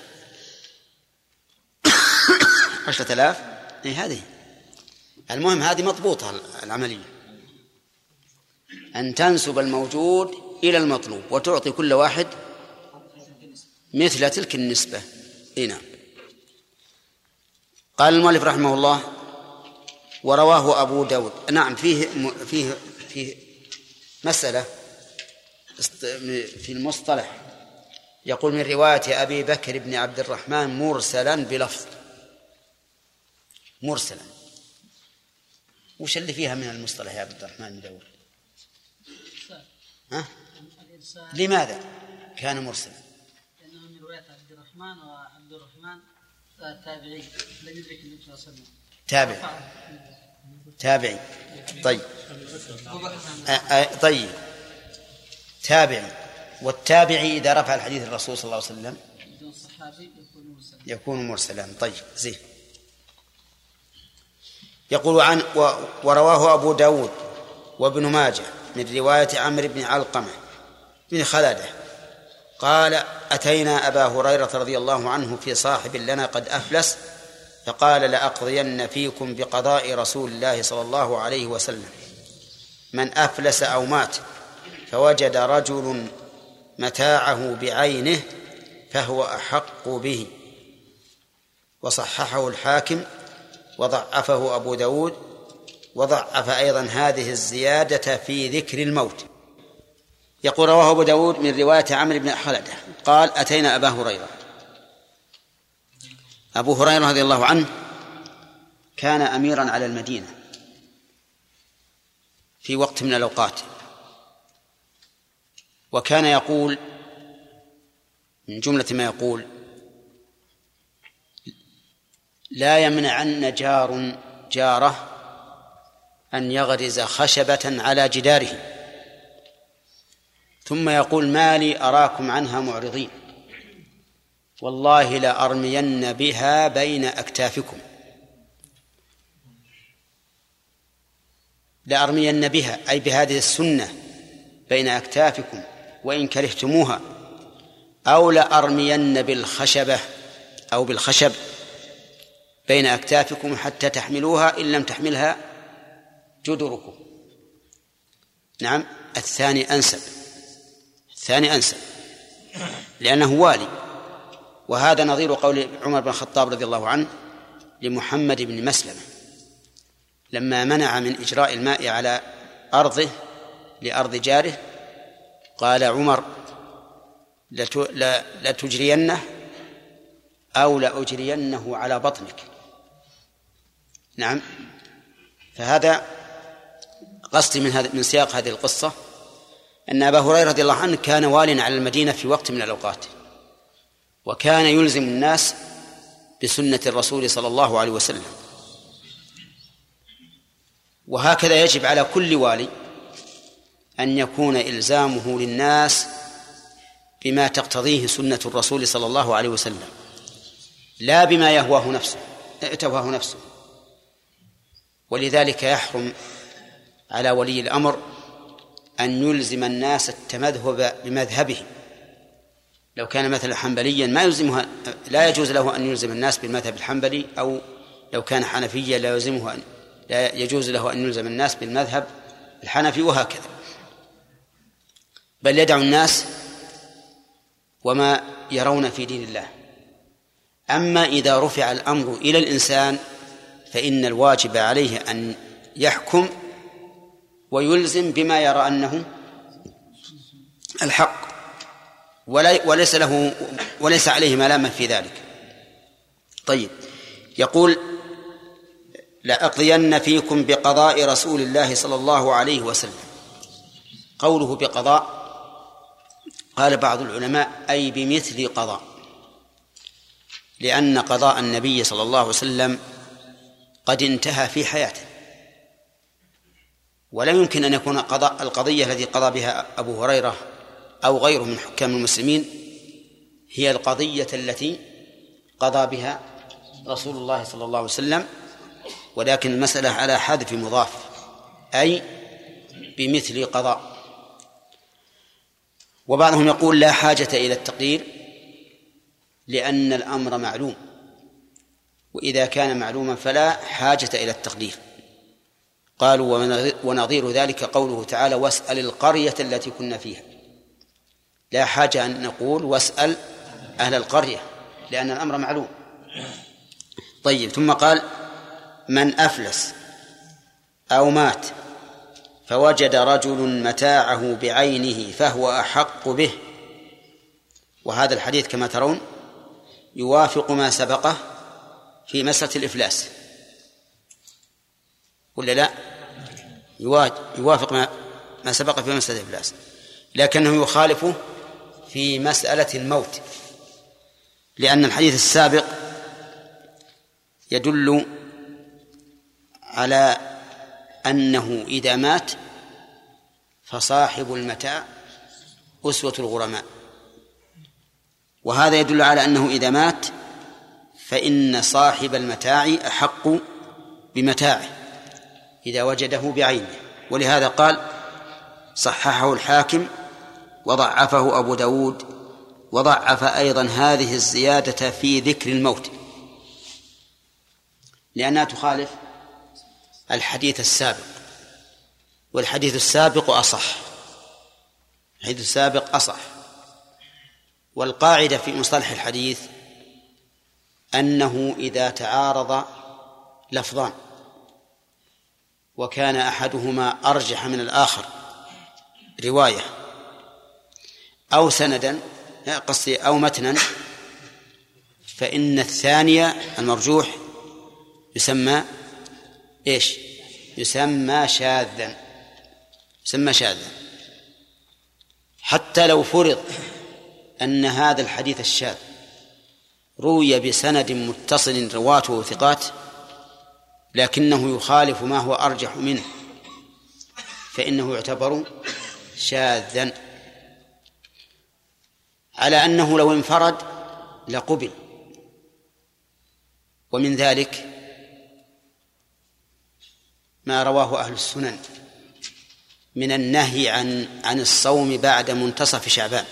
10,000. هذه المهم هذه مضبوطة العملية، أن تنسب الموجود إلى المطلوب وتعطي كل واحد مثل تلك النسبة. نعم. قال المؤلف رحمه الله: ورواه أبو داود. نعم، فيه مسألة في المصطلح، يقول من رواية أبي بكر بن عبد الرحمن مرسلا بلفظ مرسلا. وش اللي فيها من المصطلح يا عبد الرحمن بن داود؟ لماذا كان مرسلا؟ لأنه من رواية عبد الرحمن، وعبد الرحمن تابعي لم يدرك النبي صلى الله عليه وسلم. تابعي. طيب تابعي. والتابعي إذا رفع الحديث الرسول صلى الله عليه وسلم يكون مرسلا. طيب زين. يقول ورواه أبو داود وابن ماجه من رواية عمرو بن علقمة بن خلادة قال أتينا أبا هريرة رضي الله عنه في صاحب لنا قد أفلس فقال لأقضين فيكم بقضاء رسول الله صلى الله عليه وسلم من أفلس أو مات فوجد رجل متاعه بعينه فهو أحق به. وصححه الحاكم وضعفه أبو داود، وضعف أيضا هذه الزيادة في ذكر الموت. يقول رواه أبو داود من رواية عمرو بن خلادة قال أتينا أبا هريرة. أبو هريرة رضي الله عنه كان أميرا على المدينة في وقت من الأوقات، وكان يقول من جملة ما يقول لا يمنعن جار جاره أن يغرز خشبة على جداره، ثم يقول ما لي أراكم عنها معرضين والله لأرمين بها بين أكتافكم. لأرمين بها أي بهذه السنة بين أكتافكم وإن كرهتموها، أو لأرمين بالخشبة أو بالخشب بين أكتافكم حتى تحملوها إن لم تحملها جدركم. نعم، الثاني أنسب لأنه والي. وهذا نظير قول عمر بن الخطاب رضي الله عنه لمحمد بن مسلمة لما منع من إجراء الماء على أرضه لأرض جاره، قال عمر لتجرينه أو لأجرينه على بطنك. نعم، فهذا قصدي من سياق هذه القصة أن أبا هريرة رضي الله عنه كان واليا على المدينة في وقت من الأوقات، وكان يلزم الناس بسنة الرسول صلى الله عليه وسلم. وهكذا يجب على كل والي أن يكون إلزامه للناس بما تقتضيه سنة الرسول صلى الله عليه وسلم، لا بما تهواه نفسه. ولذلك يحرم على ولي الأمر أن يلزم الناس التمذهب بمذهبه. لو كان مثلا حنبليا لا يجوز له أن يلزم الناس بالمذهب الحنبلي، أو لو كان حنفيا لا يجوز له أن يلزم الناس بالمذهب الحنفي، وهكذا. بل يدع الناس وما يرون في دين الله. أما إذا رفع الأمر إلى الإنسان فإن الواجب عليه أن يحكم ويلزم بما يرى أنه الحق، وليس عليه ملامة في ذلك. طيب، يقول لأقضين فيكم بقضاء رسول الله صلى الله عليه وسلم. قوله بقضاء قال بعض العلماء أي بمثل قضاء، لأن قضاء النبي صلى الله عليه وسلم قد انتهى في حياته، ولا يمكن أن يكون القضية التي قضى بها أبو هريرة أو غيره من حكام المسلمين هي القضية التي قضى بها رسول الله صلى الله عليه وسلم، ولكن المسألة على حذف مضاف أي بمثل قضاء. وبعضهم يقول لا حاجة إلى التقدير لأن الأمر معلوم، وإذا كان معلوما فلا حاجة إلى التقدير. قالوا ونظير ذلك قوله تعالى واسأل القرية التي كنا فيها. لا حاجة أن نقول واسأل أهل القرية لأن الأمر معلوم. طيب، ثم قال من أفلس أو مات فوجد رجل متاعه بعينه فهو أحق به. وهذا الحديث كما ترون يوافق ما سبقه في مسألة الإفلاس، ولا لا؟ يوافق ما سبق في مسألة الإفلاس، لكنه يخالفه في مسألة الموت، لأن الحديث السابق يدل على أنه إذا مات فصاحب المتاع أسوة الغرماء، وهذا يدل على أنه إذا مات فإن صاحب المتاع أحق بمتاعه إذا وجده بعينه. ولهذا قال صححه الحاكم وضعفه أبو داود، وضعف أيضا هذه الزيادة في ذكر الموت لأنها تخالف الحديث السابق، والحديث السابق أصح، الحديث السابق أصح. والقاعدة في مصطلح الحديث أنه إذا تعارض لفظان وكان أحدهما أرجح من الآخر رواية أو سندا أو متنا، فإن الثانية المرجوح يسمى إيش؟ يسمى شاذا، يسمى شاذا. حتى لو فرض أن هذا الحديث الشاذ روي بسند متصل رواته ثقات لكنه يخالف ما هو أرجح منه فإنه يعتبر شاذا، على أنه لو انفرد لقبل. ومن ذلك ما رواه أهل السنن من النهي عن الصوم بعد منتصف شعبان،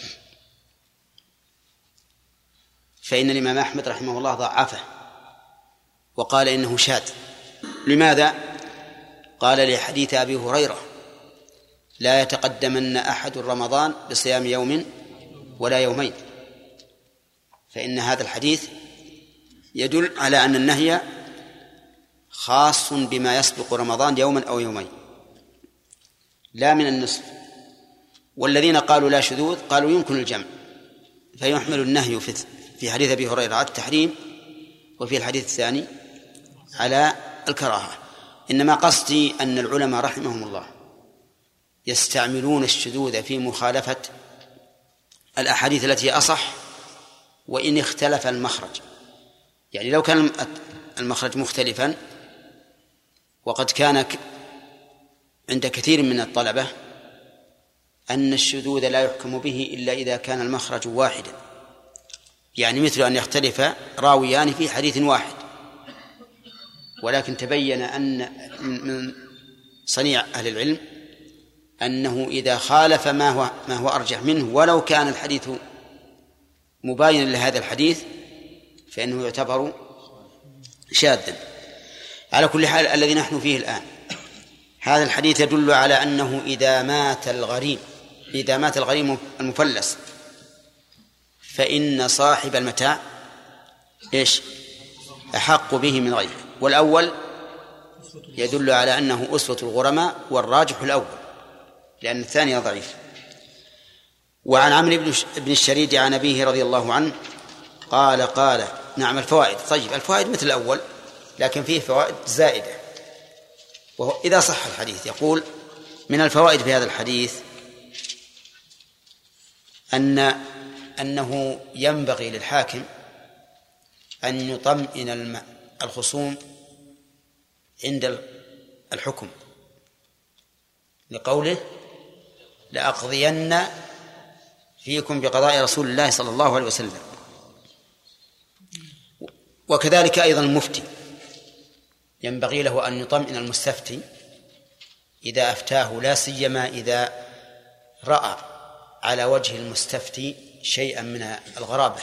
فإن الإمام أحمد رحمه الله ضعفه وقال إنه شاذ. لماذا؟ قال لحديث أبي هريرة لا يتقدمن أحد رمضان بصيام يوم ولا يومين، فإن هذا الحديث يدل على أن النهي خاص بما يسبق رمضان يوما أو يومين لا من النصف. والذين قالوا لا شذوذ قالوا يمكن الجمع، فيحمل النهي في حديث أبي هريرة على التحريم وفي الحديث الثاني على الكراهة. إنما قصدي أن العلماء رحمهم الله يستعملون الشذوذ في مخالفة الأحاديث التي أصح وإن اختلف المخرج. يعني لو كان المخرج مختلفا، وقد كان عند كثير من الطلبة أن الشذوذ لا يحكم به إلا إذا كان المخرج واحدا، يعني مثل أن يختلف راويان في حديث واحد، ولكن تبين أن من صنيع أهل العلم أنه إذا خالف ما هو أرجح منه ولو كان الحديث مباينا لهذا الحديث فإنه يعتبر شاذا. على كل حال الذي نحن فيه الآن هذا الحديث يدل على أنه إذا مات الغريم المفلس فإن صاحب المتاع إيش؟ أحق به من غيره. والأول يدل على أنه أسوة الغرماء، والراجح الأول لأن الثاني ضعيف. وعن عمرو بن الشريد عن أبيه رضي الله عنه قال نعم الفوائد. طيب الفوائد مثل الأول لكن فيه فوائد زائدة، وهو إذا صح الحديث يقول من الفوائد في هذا الحديث أنه ينبغي للحاكم أن يطمئن الخصوم عند الحكم، لقوله لأقضين فيكم بقضاء رسول الله صلى الله عليه وسلم. وكذلك أيضا المفتي ينبغي له أن يطمئن المستفتي إذا أفتاه، لا سيما إذا رأى على وجه المستفتي شيئا من الغرابة،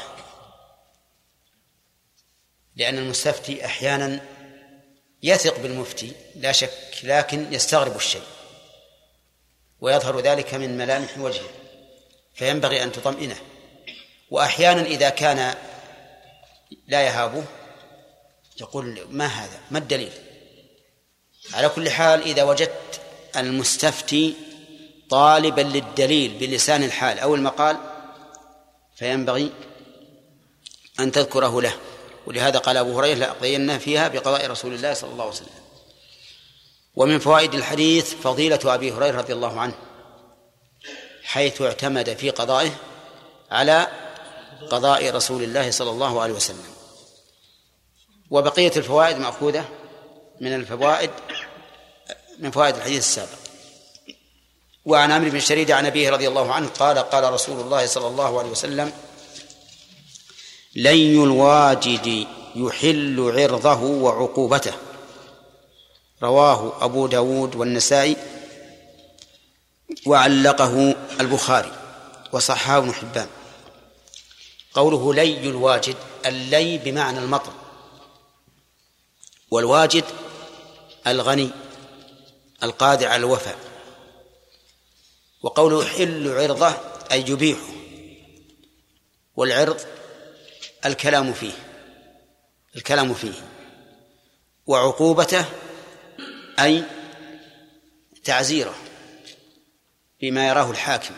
لأن المستفتي أحيانا يثق بالمفتي لا شك لكن يستغرب الشيء ويظهر ذلك من ملامح وجهه، فينبغي أن تطمئنه. وأحيانا إذا كان لا يهابه يقول ما هذا، ما الدليل؟ على كل حال إذا وجدت المستفتي طالبا للدليل بلسان الحال أو المقال فينبغي أن تذكره له. ولهذا قال أبو هريرة: لأقضين فيها بقضاء رسول الله صلى الله عليه وسلم. ومن فوائد الحديث فضيلة أبي هريرة رضي الله عنه، حيث اعتمد في قضائه على قضاء رسول الله صلى الله عليه وسلم. وبقية الفوائد مأخوذة من فوائد الحديث السابق. وعن عمرو بن شريد عن أبيه رضي الله عنه قال: قال رسول الله صلى الله عليه وسلم: لي الواجد يحل عرضه وعقوبته. رواه أبو داود والنسائي وعلقه البخاري وصححه ابن حبان. قوله لي الواجد، اللي بمعنى المطر، والواجد الغني القادر على الوفاء. وقوله يحل عرضه أي يبيحه، والعرض الكلام فيه، وعقوبته أي تعزيره بما يراه الحاكم.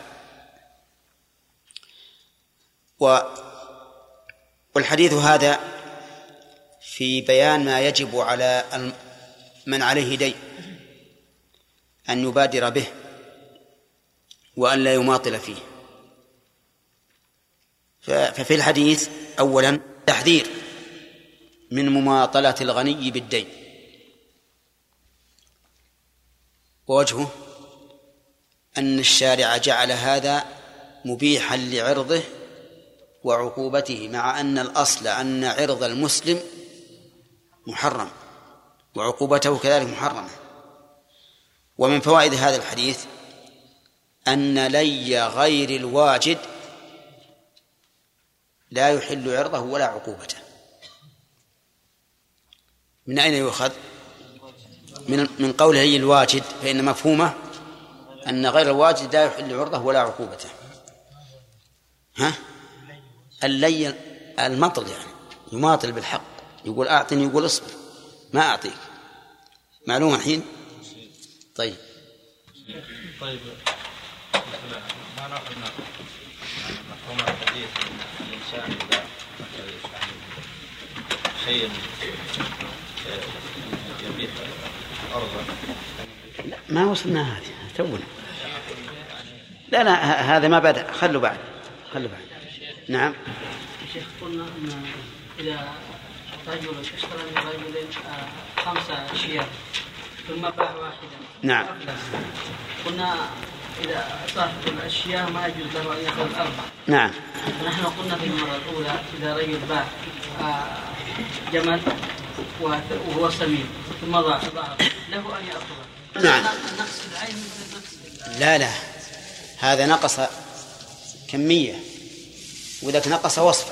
والحديث هذا في بيان ما يجب على من عليه دين أن يبادر به وأن لا يماطل فيه. ففي الحديث أولا تحذير من مماطلة الغني بالدين، ووجهه أن الشارع جعل هذا مبيحا لعرضه وعقوبته، مع أن الأصل أن عرض المسلم محرم وعقوبته كذلك محرمة. ومن فوائد هذا الحديث أن لي غير الواجد لا يحل عرضه ولا عقوبته. من أين يؤخذ؟ من قوله لي الواجد، فإن مفهومه أن غير الواجد لا يحل عرضه ولا عقوبته. اللي المطل، يعني يماطل بالحق، يقول أعطني يقول اصبر ما أعطيك. معلومة الحين؟ طيب ما نأخذ مفهوم الحديث الإنسان إذا شيء يبيح أرضا. لا ما وصلنا هذه تونا. لا هذا ما بدأ، خلوا بعد. نعم. شيخ قلنا أن إذا رجل اشترى من رجل 5 أشياء ثم باع واحدا. نعم. قلنا إذا صاحب الأشياء ما يجوز له أن يأخذ 4. نعم. ونحن قلنا في المرة الأولى إذا رجل باع جمل وهو سمين ثم ضاع له أن يأخذه. نعم. نقص العين مثل نقص لا هذا نقص كمية وذاك نقص وصفا.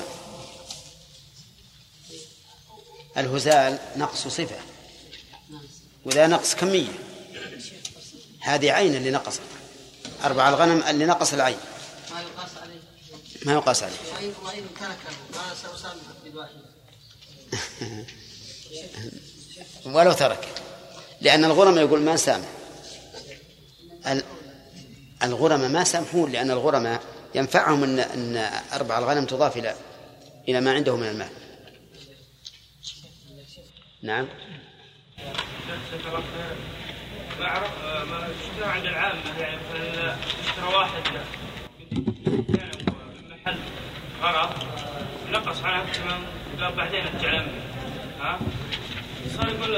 الهزال نقص صفة وذا نقص كمية. هذه عين اللي نقصت. 4 الغنم اللي نقص العين ما يقاس عليه. وإن تركه ما سأسامح بالواحد ولو ترك، لأن الغرم يقول ما سامح. الغرم ما سامحون، لأن الغرم ينفعهم أن 4 الغنم تضاف إلى ما عنده من المال. نعم. ما اشترى عند العامة، يعني اشترى واحد من محل غرض نقص عنها ثمن، قال بعدين ارجع له. صار يقول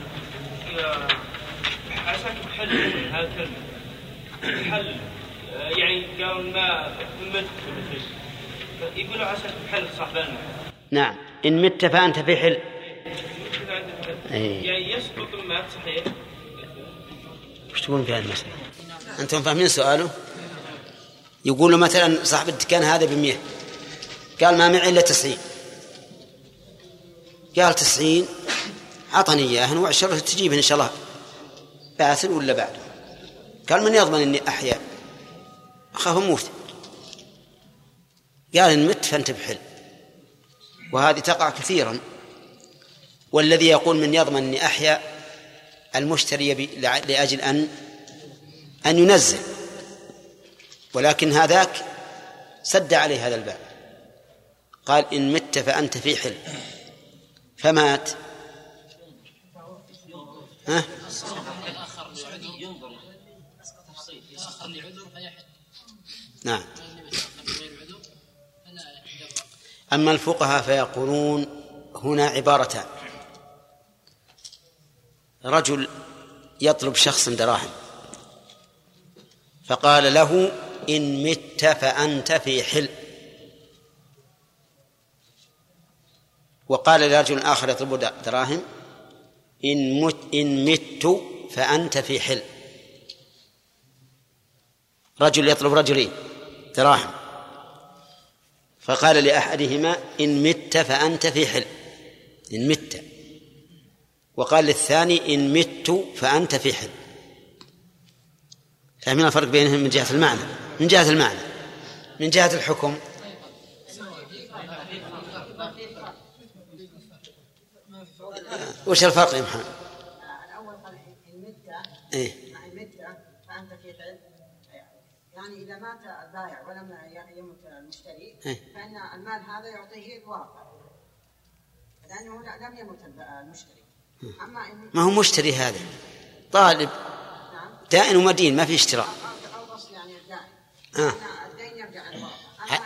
عشان محل هذا الكلمة محل، يعني قال ما مت يقولوا عشان محل صاحب المال. نعم. إن مت فأنت في حل. يعني يسقط المات صحيح. وش تقولون في هذه المسألة؟ أنتم فاهمين سؤاله؟ يقولوا مثلا صاحب الدكان هذا ب100، قال ما معي إلا 90، قال 90 عطني إياه وعشرة تجيبه إن شاء الله باسل ولا بعده. قال من يضمن إني أحيا؟ أخاف موت. قال إن مت فأنت بحل. وهذه تقع كثيرا. والذي يقول من يضمن إني أحيا المشتري لأجل أن ينزل، ولكن هذاك سد عليه هذا الباب، قال إن مت فأنت في حل، فمات نعم. أما الفقهاء فيقولون هنا عبارتان: رجل يطلب شخص دراهم فقال له إن مت فأنت في حل، وقال لرجل آخر يطلب دراهم إن مت فأنت في حل. رجل يطلب رجلين دراهم فقال لأحدهما إن مت فأنت في حل، إن مت، وقال للثاني إن مت فأنت في حل. فاهمين الفرق بينهم من جهة المعنى؟ من جهة المعنى. من جهة الحكم وش الفرق يا محمد؟ الأول قال إن مت فأنت في حل، يعني إذا مات البائع ولم يمت المشتري فإن المال هذا يعطيه الورثة، لأنه لم يمت المشتري. أما ما هو مشتري، هذا طالب دائن ومدين، ما في اشتراء. أو يعني الدائن الدين يرجع الورثة.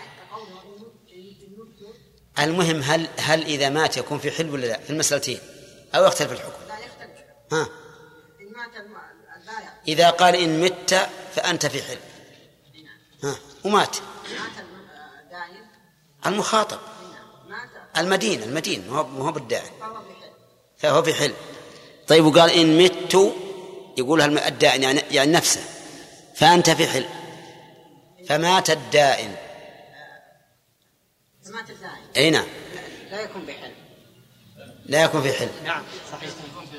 المهم هل إذا مات يكون في حل ولا لا؟ في المسألتين أو يختلف الحكم؟ لا يختلف. إن مات البائع إذا قال إن مت فأنت في حل ومات المخاطب المدين هو بالداعي فهو في حل. طيب وقال إن مت يقولها الداعي يعني نفسه فأنت في حل، فمات الدائن أي نعم لا يكون في حل. لا يكون في حل. نعم صحيح.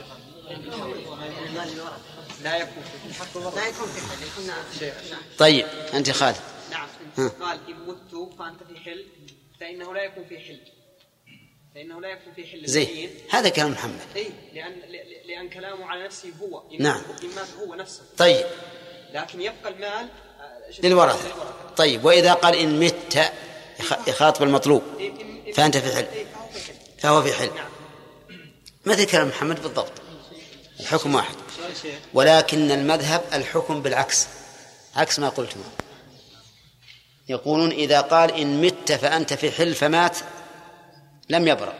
لا يكون في حل. طيب أنت خالد. نعم قال إن مت فأنت في حل، فإنه لا يكون في حل، فإنه لا يكون في حل زين. هذا كلام محمد. لأن كلامه على نفسه هو نعم. إما هو نفسه. طيب لكن يبقى المال للورثة. طيب وإذا قال إن مت يخاطب المطلوب فأنت في حل، فهو في حل. مثل كلام محمد بالضبط، الحكم واحد، ولكن المذهب الحكم بالعكس، عكس ما قلته. يقولون إذا قال إن مت فأنت في حل فمات لم يبرأ،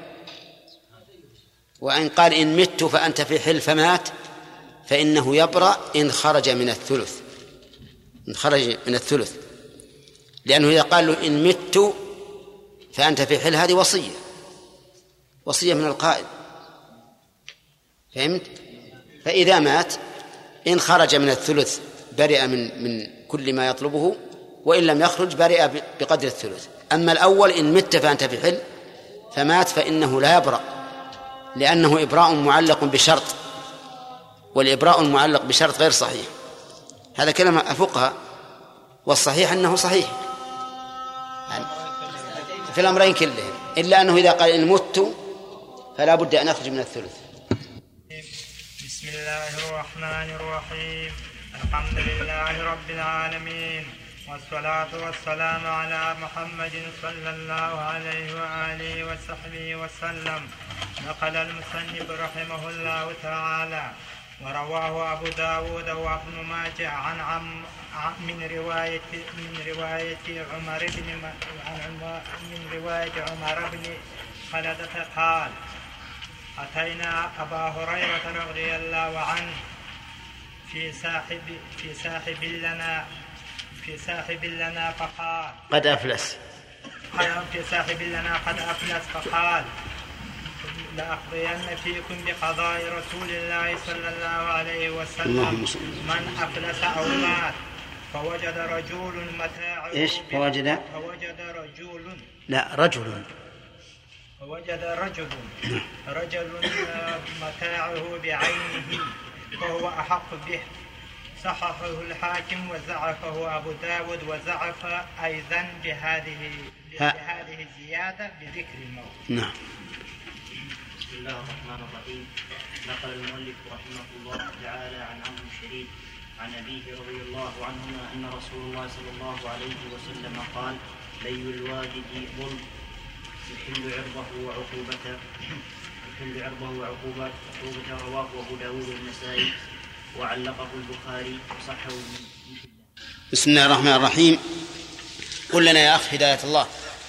وإن قال إن مت فأنت في حل فمات فإنه يبرأ إن خرج من الثلث، لأنه إذا قال له إن مت فأنت في حل هذه وصية من القائل، فهمت؟ فإذا مات إن خرج من الثلث برئ من كل ما يطلبه، وإن لم يخرج برئ بقدر الثلث. أما الأول إن مت فأنت في حل فمات فإنه لا يبرأ، لأنه إبراء معلق بشرط، والإبراء المعلق بشرط غير صحيح. هذا كلام الفقهاء، والصحيح أنه صحيح في الأمرين كلهم، إلا أنه إذا قال إن مت فلا بد أن أخرج من الثلث. بسم الله الرحمن الرحيم. الحمد لله رب العالمين، والصلاة والسلام على محمد صلى الله عليه وآله وصحبه وسلم. نقل المصنف رحمه الله تعالى ورواه أبو داود وابن ماجه من رواية عمر بن خلدة قال: أتينا أبا هريرة رضي الله عنه في صاحب لنا فقال قد أفلس فقال: لأقضين فيكم بقضاء رسول الله صلى الله عليه وسلم من أفلس أو مات فوجد رجل متاعه رجل متاعه بعينه فهو أحق به. صححه الحاكم وزعفه أبو داود، وزعف أيضا بهذه الزيادة بذكر الموت. نعم. بسم الله الرحمن الرحيم. نقل المؤلف رحمه الله تعالى عن عمرو بن شريك عن أبيه رضي الله عنهما أن رسول الله صلى الله عليه وسلم قال: لي الواجد ظلم يحل عرضه وعقوبته رواه أبو داود والنسائي وعلقه البخاري وصححه ابن حبان. بسم الله الرحمن الرحيم. قل لنا يا أخ هداية الله،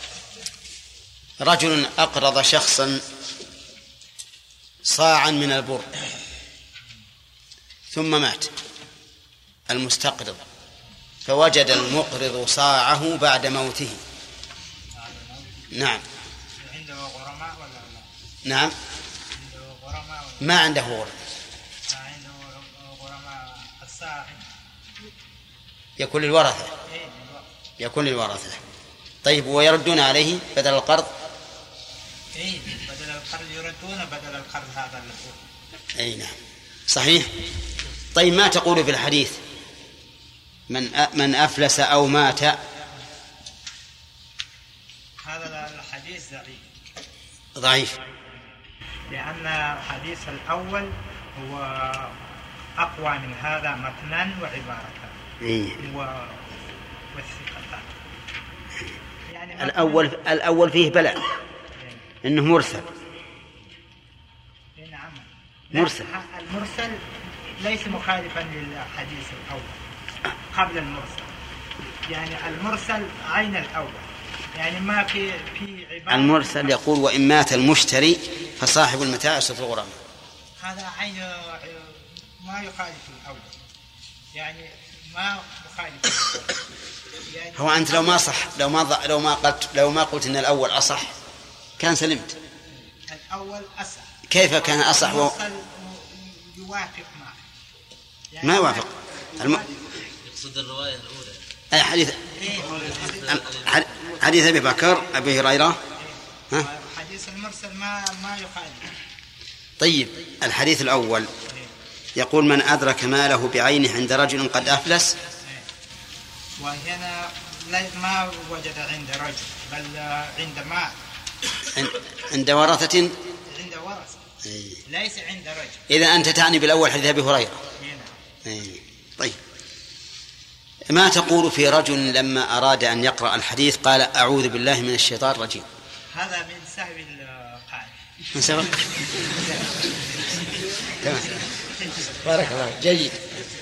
رجل أقرض شخصا صاعا من البر عنه مات المستقرض، فوجد المقرض صاعه بعد موته. نعم. عنده غرماء ولا لا؟ نعم. عنده غرماء ولا ما عنده غرماء. عنده غرماء الصاع يكون للورثة. يكون للورثة. طيب، ويردون عليه بدل القرض؟ بدل القرض يردون بدل القرض هذا اللي. أي نعم صحيح. طيب، ما تقول في الحديث من أفلس أو مات؟ هذا الحديث ضعيف، لأن الحديث الأول هو أقوى من هذا متنا وعبارة والثقتان. يعني الأول فيه بلاء إنه مرسل. نعم. مرسل. المرسل ليس مخالفا للحديث الأول قبل المرسل، يعني المرسل عين الأول، يعني ما في عبارة. المرسل يقول: وإن مات المشتري فصاحب المتاع يصرف الغرماء. هذا عين ما يخالف الأول، يعني ما مخالف. يعني هو أنت لو ما صح لو ما قلت إن الأول أصح كان سلمت. الأول أصح. كيف كان أصح؟ يوافق معه. يعني ما يوافق. يقصد الرواية الأولى. أي حديث أبي بكر أبي هريرة. حديث المرسل ما يخالف. طيب، الحديث الأول يقول: من أدرك ماله بعينه عند رجل قد أفلس. وهنا ما وجد عند رجل بل عند مال. عند ورثة. عند ورثة. ليس عند رجل. إذا أنت تعني بالأول حديث أبي هريرة. طيب، ما تقول في رجل لما أراد أن يقرأ الحديث قال: أعوذ بالله من الشيطان الرجيم؟ هذا من سهو القائل. من سهو. تمام. بارك الله. جيد.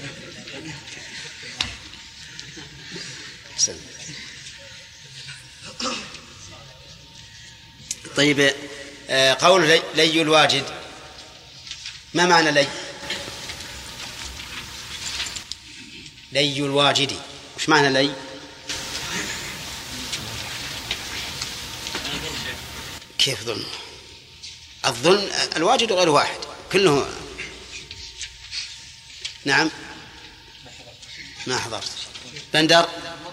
طيب، قول لي الواجد، ما معنى لي الواجد؟ وش معنى لي؟ كيف ظلم؟ الظلم الواجد غير واحد كله. نعم. ما حضرت. بندر.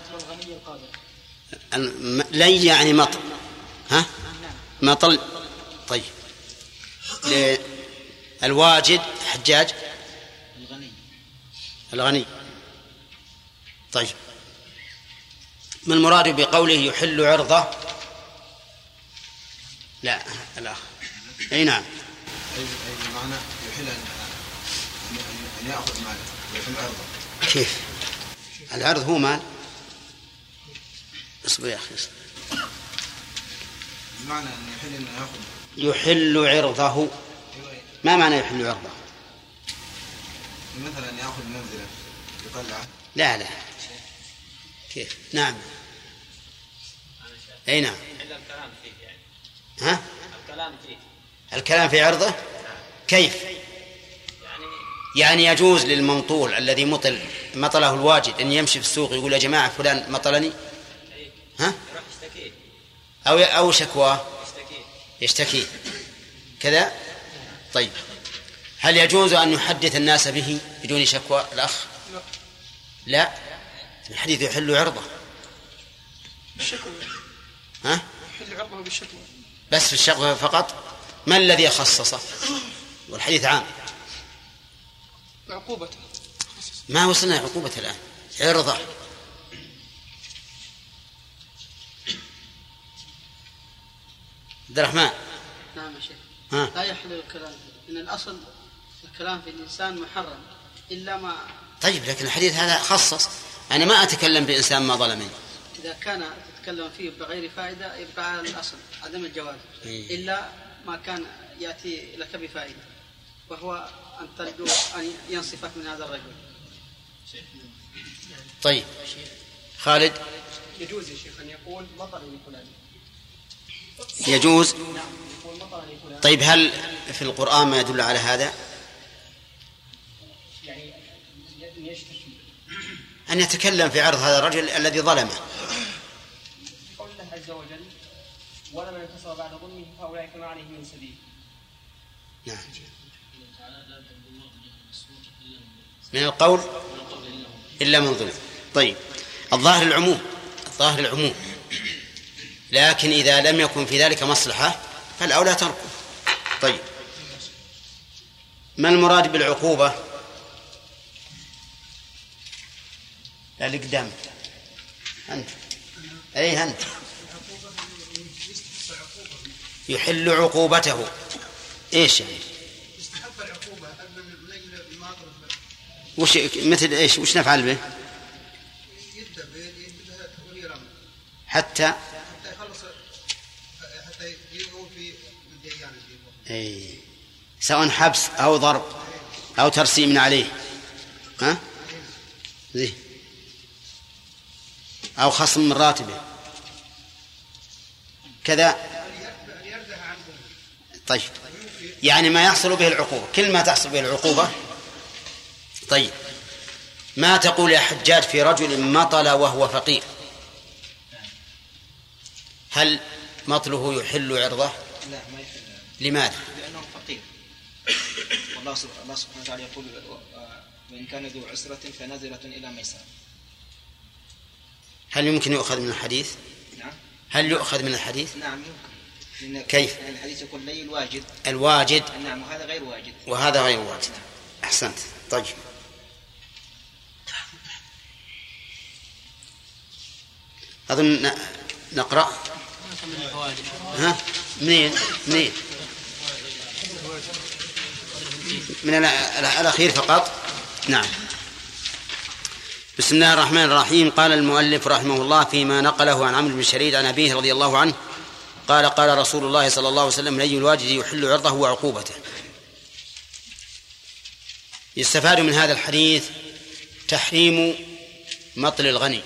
لي يعني مطل. ها؟ مطل. طيب، الواجد حجاج الغني. طيب، ما المراد بقوله يحل عرضه؟ لا الآخر. أي نعم. أي معنى يحل أن يأخذ ماله ويحل عرضه. كيف؟ العرض هو مال. اصبر يا أخي. معنى أن يحل أن يأخذ. يحل عرضه. ما معنى يحل عرضه؟ مثلا يأخذ منزله يطلعه. لا كيف؟ نعم. أي نعم. الكلام فيه يعني. ها؟ الكلام في عرضه. كيف؟ يعني يجوز للممطول الذي مطله الواجد أن يمشي في السوق يقول: يا جماعة فلان مطلني. ها؟ يروح يشتكيه. أو شكواه يشتكيه كذا. طيب، هل يجوز أن يحدث الناس به بدون شكوى الأخ؟ لا. الحديث يحل عرضه. بالشكوى. ها؟ يحل عرضه بالشكوى. بس في الشكوى فقط؟ ما الذي خصصه؟ والحديث عام. عقوبته. ما وصلنا عقوبة الآن. عرضه. عبد الرحمن. نعم يا شيخ. لا يحل الكلام إن الأصل الكلام في الإنسان محرم إلا ما. طيب لكن الحديث هذا خصص، أنا ما أتكلم بإنسان ما ظلمني. إذا كان تتكلم فيه بغير فائدة يبقى على الأصل عدم الجواز إلا ما كان يأتي لك بفائدة، وهو أن ترجو أن ينصفك من هذا الرجل. طيب خالد. يجوز يا شيخ أن يقول مطر لفلان. يجوز. نعم يقول مطر لفلان. طيب هل في القرآن ما يدل على هذا؟ يعني يشتكي أن يتكلم في عرض هذا الرجل الذي ظلمه. قول الله عز وجل ولمن انتصر بعد ظلمه فأولئك ما عليه من سبيل. نعم. من القول إلا من ظلم. طيب الظاهر العموم، لكن إذا لم يكن في ذلك مصلحة فالأولى تركه. طيب ما المراد بالعقوبة؟ لا لقدام أنت. أي أنت يحل عقوبته. إيش يعني؟ يستحق العقوبة من أجل ما طلب. وش مثل إيش؟ وش نفعل به؟ يذهب ولي الأمر حتى يخلص، حتى يقول في الديانة. أي سواء حبس أو ضرب أو ترسيم عليه، ها؟ زي أو خصم من راتبه كذا. طيب يعني ما يحصل به العقوبة، كل ما تحصل به العقوبة. طيب ما تقول يا حجاج في رجل مطل وهو فقير؟ هل مطله يحل عرضه؟ لا ما يحل. لماذا؟ لأنه فقير، والله سبحانه وتعالى يقول وإن كان ذو عسرة فنزلة إلى ميسرة. هل يمكن يؤخذ من الحديث؟ نعم. هل يؤخذ من الحديث؟ نعم يمكن. كيف؟ الحديث يقول لي الواجد. الواجد. نعم وهذا غير واجد. وهذا غير واجد. أحسنت. طيب أظن نقرأ. ها منين من الأخير فقط. نعم. بسم الله الرحمن الرحيم. قال المؤلف رحمه الله فيما نقله عن عمرو بن شريد عن أبيه رضي الله عنه قال قال رسول الله صلى الله عليه وسلم لي الواجد يحل عرضه وعقوبته. يستفاد من هذا الحديث تحريم مطل الغني،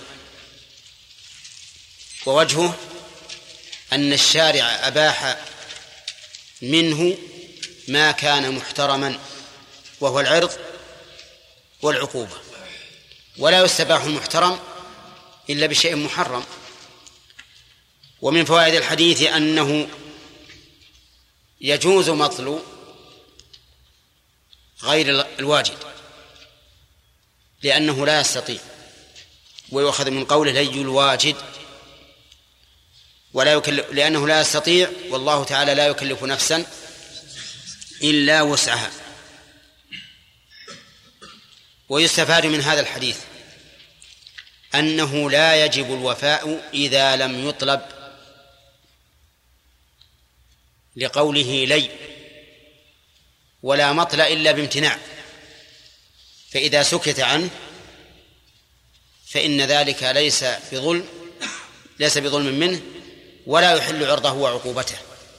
ووجهه أن الشارع أباح منه ما كان محترما وهو العرض والعقوبة، ولا يستباح المحترم إلا بشيء محرم. ومن فوائد الحديث أنه يجوز مطل غير الواجد لأنه لا يستطيع، ويؤخذ من قوله لي الواجد ولا يكلف، لأنه لا يستطيع، والله تعالى لا يكلف نفسا إلا وسعها. ويستفاد من هذا الحديث أنه لا يجب الوفاء إذا لم يطلب، لقوله لي ولا مطل إلا بامتناع، فإذا سكت عنه فإن ذلك ليس بظلم منه ولا يحل عرضه وعقوبته.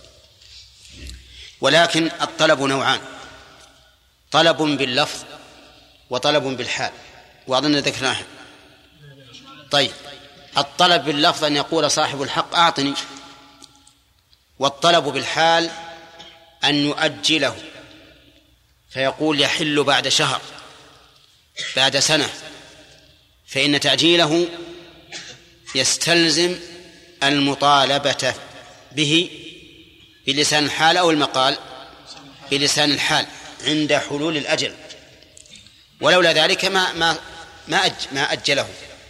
ولكن الطلب نوعان: طلب باللفظ وطلب بالحال، وأظن ذكرناها. طيب الطلب باللفظ أن يقول صاحب الحق أعطني، والطلب بالحال أن يؤجله فيقول يحل بعد شهر بعد سنة، فإن تأجيله يستلزم المطالبة به بلسان الحال أو المقال بلسان الحال عند حلول الأجل، ولولا ذلك ما أجله.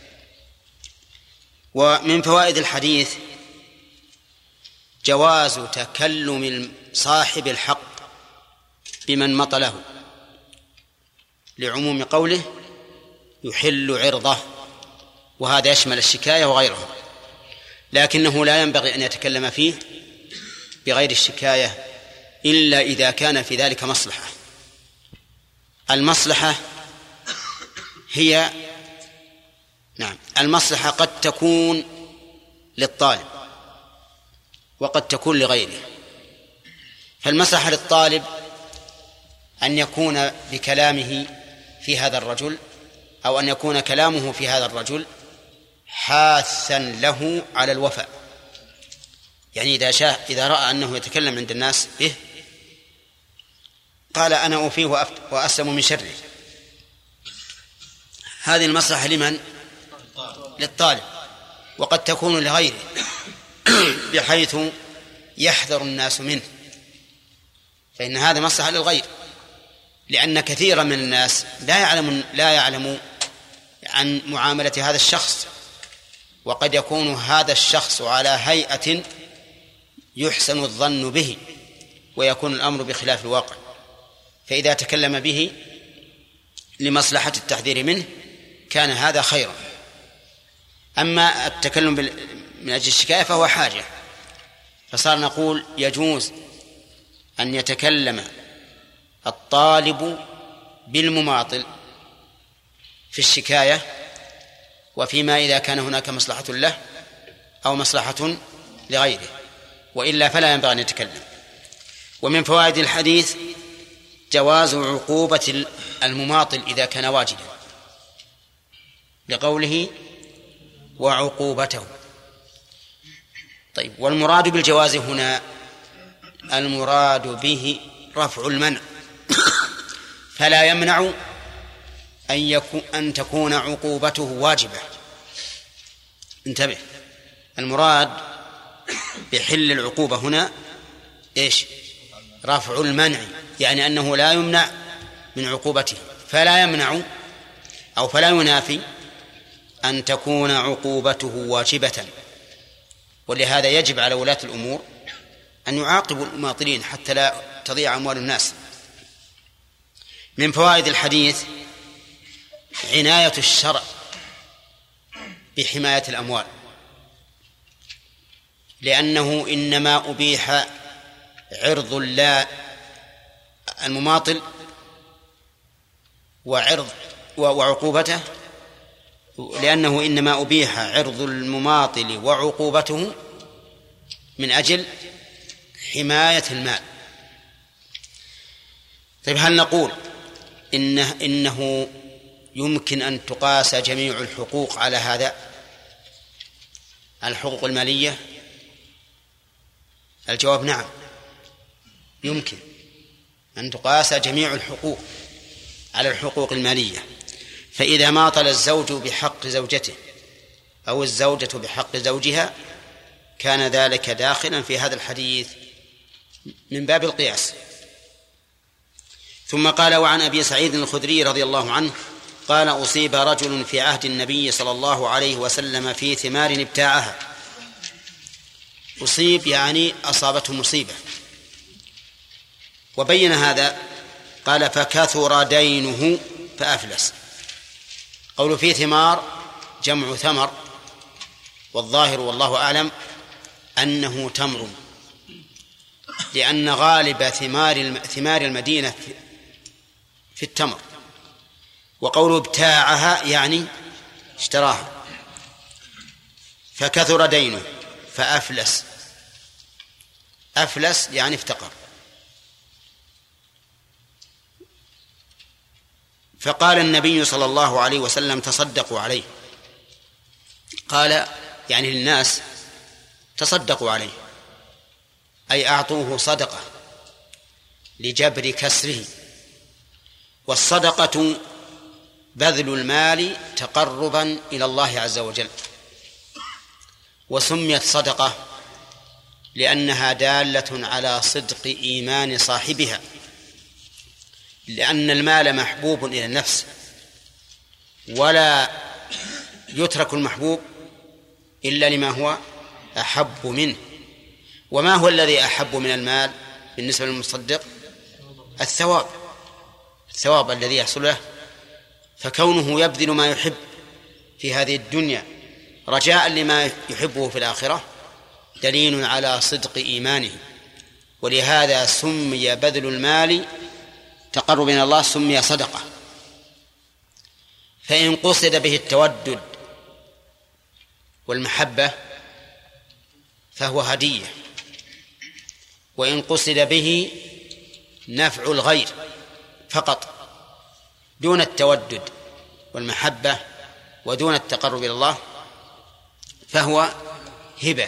ومن فوائد الحديث جواز تكلم صاحب الحق بمن مطله، لعموم قوله يحل عرضه، وهذا يشمل الشكاية وغيرها، لكنه لا ينبغي أن يتكلم فيه بغير الشكاية إلا إذا كان في ذلك مصلحة. المصلحة هي المصلحة قد تكون للطالب وقد تكون لغيره. فالمصلحة للطالب أن يكون بكلامه في هذا الرجل أو أن يكون كلامه في هذا الرجل حاثا له على الوفاء، يعني إذا رأى أنه يتكلم عند الناس به قال أنا أوفيه وأسلم من شره. هذه المصلحة لمن؟ للطالب. وقد تكون لغيره بحيث يحذر الناس منه، فإن هذا مصلحة للغير، لأن كثيرا من الناس لا يعلم عن معاملة هذا الشخص، وقد يكون هذا الشخص على هيئة يحسن الظن به ويكون الأمر بخلاف الواقع، فإذا تكلم به لمصلحة التحذير منه كان هذا خيرا. أما التكلم من أجل الشكاية فهو حاجة، فصار نقول يجوز أن يتكلم الطالب بالمماطل في الشكاية وفيما إذا كان هناك مصلحة له أو مصلحة لغيره، وإلا فلا ينبغي أن يتكلم. ومن فوائد الحديث جواز عقوبة المماطل إذا كان واجدا، لقوله وعقوبته. طيب، والمراد بالجواز هنا المراد به رفع المنع، فلا يمنع أن تكون عقوبته واجبة. انتبه، المراد بحل العقوبة هنا إيش؟ رفع المنع، يعني أنه لا يمنع من عقوبته، فلا يمنع أو فلا ينافي أن تكون عقوبته واجبة. ولهذا يجب على ولاة الأمور أن يعاقبوا المماطلين حتى لا تضيع أموال الناس. من فوائد الحديث عناية الشرع بحماية الأموال، لأنه إنما أبيح عرض المماطل وعقوبته، لأنه إنما أبيح عرض المماطل وعقوبته من أجل حماية المال. طيب، هل نقول إنه يمكن أن تقاس جميع الحقوق على هذا، الحقوق المالية؟ الجواب نعم، يمكن أن تقاس جميع الحقوق على الحقوق المالية. فإذا ماطل الزوج بحق زوجته أو الزوجة بحق زوجها كان ذلك داخلا في هذا الحديث من باب القياس. ثم قال: وعن أبي سعيد الخدري رضي الله عنه قال: أصيب رجل في عهد النبي صلى الله عليه وسلم في ثمار ابتاعها. أصيب يعني أصابته مصيبة، وبين هذا قال: فكثر دينه فأفلس. قول في ثمار جمع ثمر، والظاهر والله أعلم أنه تمر، لأن غالب ثمار المدينة في التمر. وقول ابتاعها يعني اشتراها. فكثر دينه فأفلس، أفلس يعني افتقر. فقال النبي صلى الله عليه وسلم: تصدقوا عليه. قال يعني للناس: تصدقوا عليه، أي أعطوه صدقة لجبر كسره. والصدقة بذل المال تقربا إلى الله عز وجل، وسميت صدقة لأنها دالة على صدق إيمان صاحبها، لأن المال محبوب إلى النفس، ولا يترك المحبوب إلا لما هو أحب منه. وما هو الذي أحب من المال بالنسبة للمصدق؟ الثواب الذي يحصل له. فكونه يبذل ما يحب في هذه الدنيا رجاء لما يحبه في الآخرة دليل على صدق إيمانه ولهذا سمي بذل المال تقرب إلى الله سمي صدقة. فإن قصد به التودد والمحبة فهو هدية، وإن قصد به نفع الغير فقط دون التودد والمحبة ودون التقرب إلى الله فهو هبة.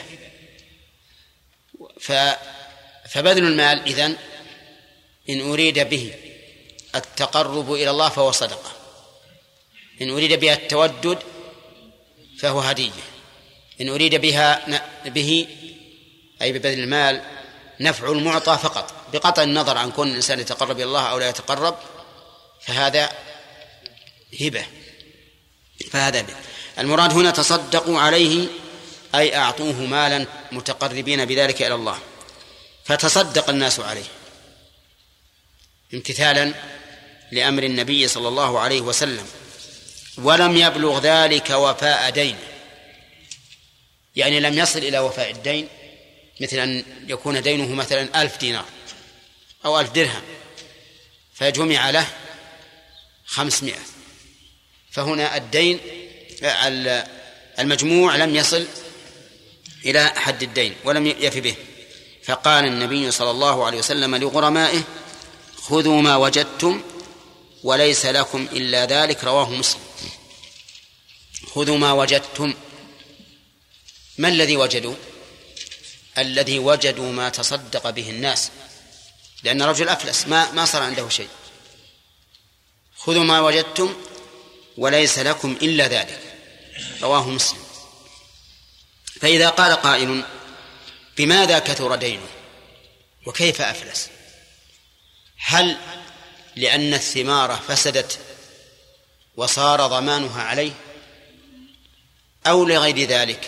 فبذل المال إذن إن أريد به التقرب إلى الله فهو صدقة، إن أريد بها التودد فهو هدية، إن أريد به أي ببذل المال نفع المعطى فقط بقطع النظر عن كون الإنسان يتقرب إلى الله أو لا يتقرب فهذا هبة. فهذا به. المراد هنا تصدقوا عليه أي أعطوه مالا متقربين بذلك إلى الله، فتصدق الناس عليه امتثالا لأمر النبي صلى الله عليه وسلم، ولم يبلغ ذلك وفاء دين، يعني لم يصل إلى وفاء الدين، مثل أن يكون دينه مثلا 1000 دينار أو 1000 درهم فجمع له 500، فهنا الدين المجموع لم يصل إلى حد الدين ولم يفي به. فقال النبي صلى الله عليه وسلم لغرمائه خذوا ما وجدتم وليس لكم إلا ذلك، رواه مسلم. خذوا ما وجدتم، ما الذي وجدوا؟ الذي وجدوا ما تصدق به الناس، لأن رجل أفلس ما صار عنده شيء. خذوا ما وجدتم وليس لكم إلا ذلك، رواه مسلم. فإذا قال قائل بماذا كثر دينه وكيف أفلس؟ هل لأن الثمار فسدت وصار ضمانها عليه أو لغير ذلك؟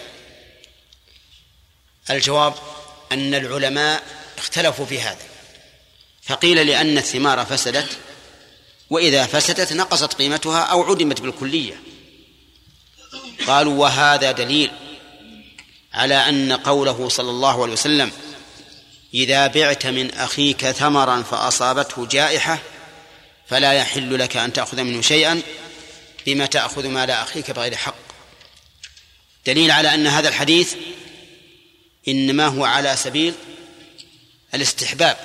الجواب أن العلماء اختلفوا في هذا، فقيل لأن الثمار فسدت، وإذا فسدت نقصت قيمتها أو عدمت بالكلية. قالوا وهذا دليل على أن قوله صلى الله عليه وسلم إذا بعت من أخيك ثمرا فأصابته جائحة فلا يحل لك أن تأخذ منه شيئا بما تأخذ مال أخيك بغير حق، دليل على أن هذا الحديث إنما هو على سبيل الاستحباب،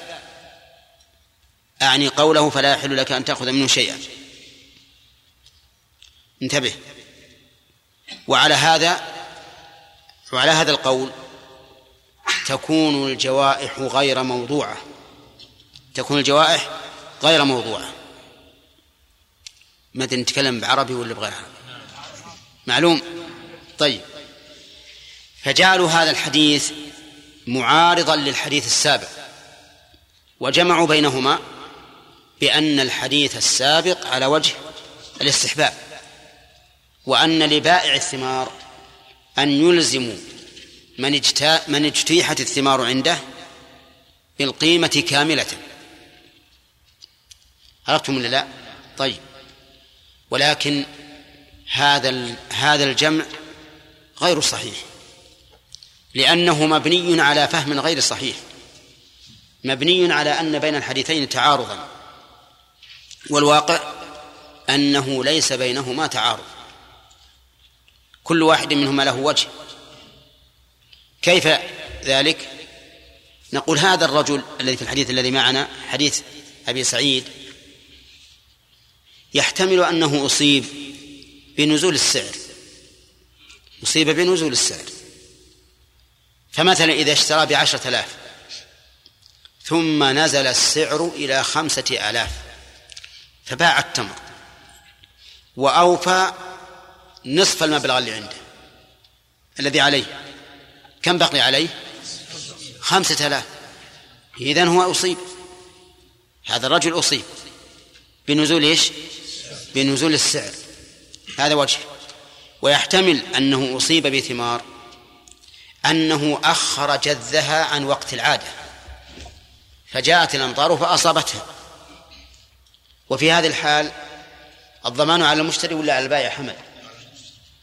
أعني قوله فلا يحل لك أن تأخذ منه شيئا. انتبه. وعلى هذا القول تكون الجوائح غير موضوعة، تكون الجوائح غير موضوعة. متى نتكلم بعربي ولا بغيرها؟ معلوم. طيب، فجعلوا هذا الحديث معارضا للحديث السابق، وجمعوا بينهما بأن الحديث السابق على وجه الاستحباب، وأن لبائع الثمار أن يلزموا من اجتيحت الثمار عنده بالقيمة كاملة. عرفتم ولا لا؟ طيب، ولكن هذا الجمع غير صحيح، لأنه مبني على فهم غير صحيح، مبني على أن بين الحديثين تعارضا، والواقع أنه ليس بينهما تعارض، كل واحد منهما له وجه. كيف ذلك؟ نقول هذا الرجل الذي في الحديث الذي معنا حديث أبي سعيد يحتمل أنه أصيب بنزول السعر، أصيب بنزول السعر، فمثلا إذا اشترى ب10,000 ثم نزل السعر إلى 5,000 فباع التمر وأوفى نصف المبلغ اللي عنده الذي عليه، كم بقي عليه؟ 5,000. إذن هو أصيب، هذا الرجل أصيب بنزول إيش؟ بنزول السعر، هذا وجه. ويحتمل أنه أصيب بثمار أنه أخر جذها عن وقت العادة فجاءت الأمطار فأصابتها، وفي هذه الحال الضمان على المشتري ولا على البائع حمد؟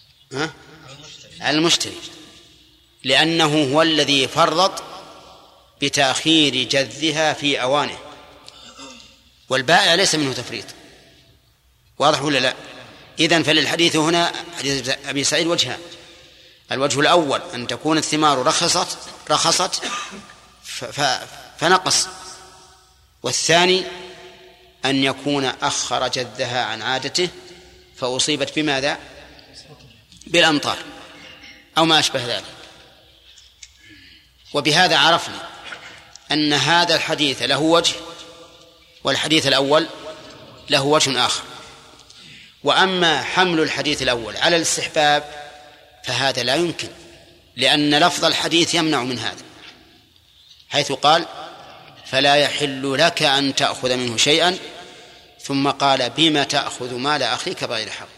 على المشتري، لأنه هو الذي فرط بتأخير جذها في أوانه، والبائع ليس منه تفريط. واضح ولا لا؟ إذن فللحديث هنا حديث أبي سعيد وجهان: الوجه الأول أن تكون الثمار رخصت فنقص، والثاني أن يكون أخر جذها عن عادته فأصيبت بماذا؟ بالأمطار أو ما أشبه ذلك. وبهذا عرفنا أن هذا الحديث له وجه والحديث الأول له وجه آخر. وأما حمل الحديث الأول على الاستحباب فهذا لا يمكن، لأن لفظ الحديث يمنع من هذا، حيث قال: فلا يحل لك أن تأخذ منه شيئا، ثم قال: بما تأخذ مال أخيك بغير حق.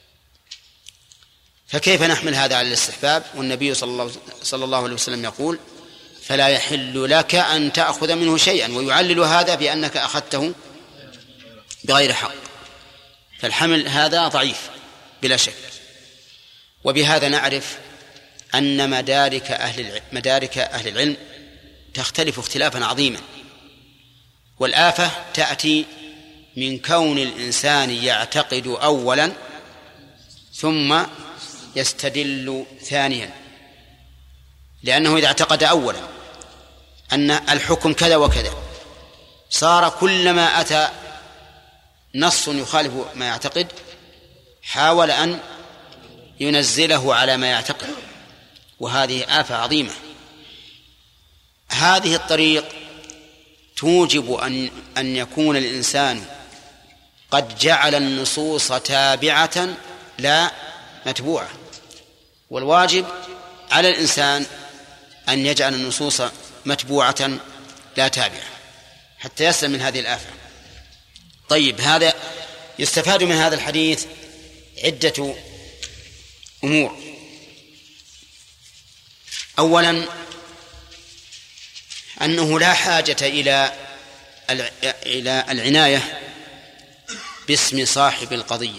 فكيف نحمل هذا على الاستحباب والنبي صلى الله عليه وسلم يقول: فلا يحل لك أن تأخذ منه شيئا، ويعلل هذا بأنك أخذته بغير حق؟ فالحمل هذا ضعيف بلا شك. وبهذا نعرف أن مدارك أهل العلم تختلف اختلافا عظيما، والآفة تأتي من كون الإنسان يعتقد أولا ثم يستدل ثانيا، لأنه إذا اعتقد أولا أن الحكم كذا وكذا صار كلما أتى نص يخالف ما يعتقد حاول أن ينزله على ما يعتقد، وهذه آفة عظيمة. هذه الطريق توجب أن يكون الإنسان قد جعل النصوص تابعة لا متبوعة، والواجب على الإنسان أن يجعل النصوص متبوعة لا تابعة حتى يسلم من هذه الآفة. طيب، هذا يستفاد من هذا الحديث عدة أمور. أولا أنه لا حاجة إلى العناية باسم صاحب القضية،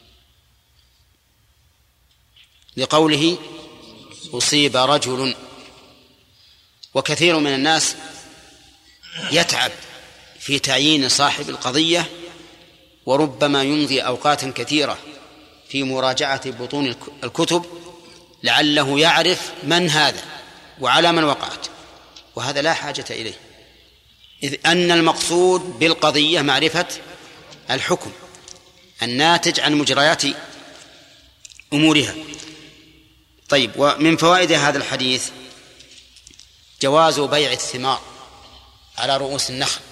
لقوله: أصيب رجل. وكثير من الناس يتعب في تعيين صاحب القضية، وربما يمضي أوقاتا كثيرة في مراجعة بطون الكتب لعله يعرف من هذا وعلى من وقعت، وهذا لا حاجة إليه، إذ أن المقصود بالقضية معرفة الحكم الناتج عن مجريات أمورها. طيب، ومن فوائد هذا الحديث جواز بيع الثمار على رؤوس النخل،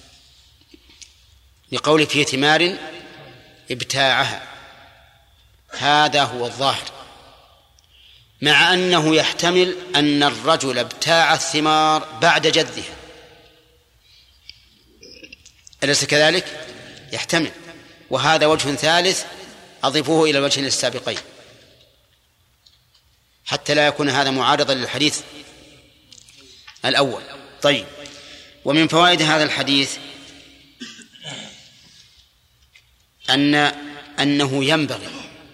لقول: في ثمار ابتاعها. هذا هو الظاهر، مع أنه يحتمل أن الرجل ابتاع الثمار بعد جذها، أليس كذلك؟ يحتمل، وهذا وجه ثالث أضيفوه إلى الوجهين السابقين حتى لا يكون هذا معارضا للحديث الأول. طيب، ومن فوائد هذا الحديث أنه ينبغي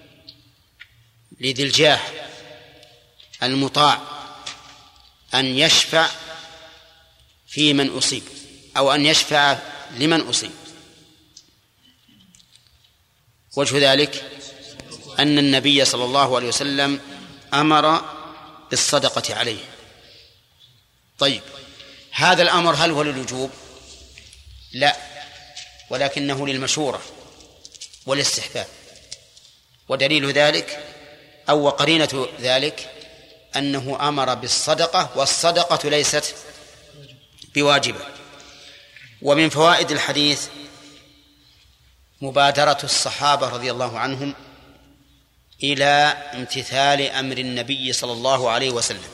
لذي الجاه المطاع أن يشفع في من أصيب، أو أن يشفع لمن أصيب. وجه ذلك أن النبي صلى الله عليه وسلم أمر بالصدقة عليه. طيب، هذا الأمر هل هو للوجوب؟ لا، ولكنه للمشورة والاستحباب. ودليل ذلك أو قرينة ذلك أنه أمر بالصدقة، والصدقة ليست بواجبة. ومن فوائد الحديث مبادرة الصحابة رضي الله عنهم إلى امتثال أمر النبي صلى الله عليه وسلم،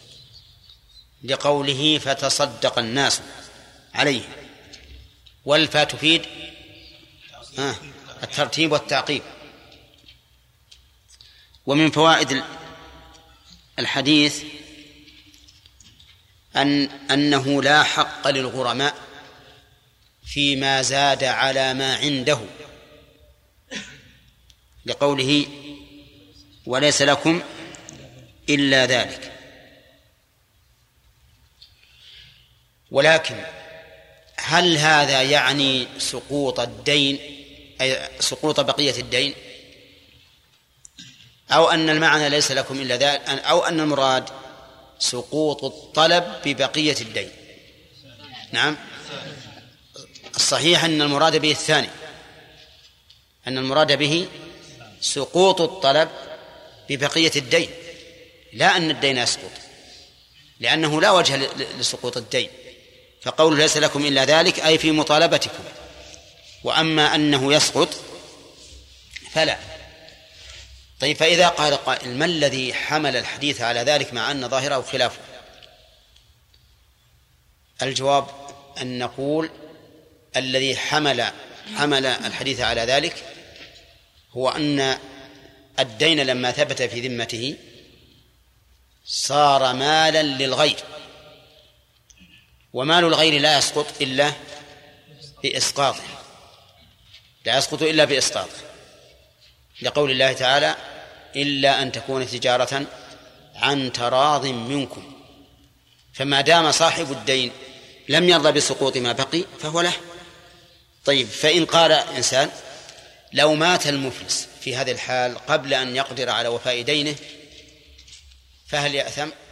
لقوله: فتصدق الناس عليه. والفاء تفيد الترتيب والتعقيب. ومن فوائد الحديث أنه لا حق للغرماء فيما زاد على ما عنده، لقوله: وليس لكم إلا ذلك. ولكن هل هذا يعني سقوط الدين أي سقوط بقية الدين، أو أن المعنى ليس لكم إلا ذلك، أو أن المراد سقوط الطلب ببقية الدين؟ نعم، الصحيح أن المراد به الثاني، أن المراد به سقوط الطلب ببقية الدين، لا أن الدين يسقط، لأنه لا وجه لسقوط الدين، فقول ليس لكم إلا ذلك أي في مطالبتكم، وأما أنه يسقط فلا. طيب، فإذا قال قائل ما الذي حمل الحديث على ذلك مع أن ظاهره خلافه؟ الجواب أن نقول الذي حمل الحديث على ذلك هو أن الدين لما ثبت في ذمته صار مالا للغير، ومال الغير لا يسقط إلا بإسقاطه، لا يسقط إلا بإسقاطه، لقول الله تعالى إلا أن تكون تجارة عن تراض منكم، فما دام صاحب الدين لم يرضى بسقوط ما بقي فهو له. طيب، فإن قال إنسان لو مات المفلس في هذه الحال قبل أن يقدر على وفاء دينه فهل يأثم؟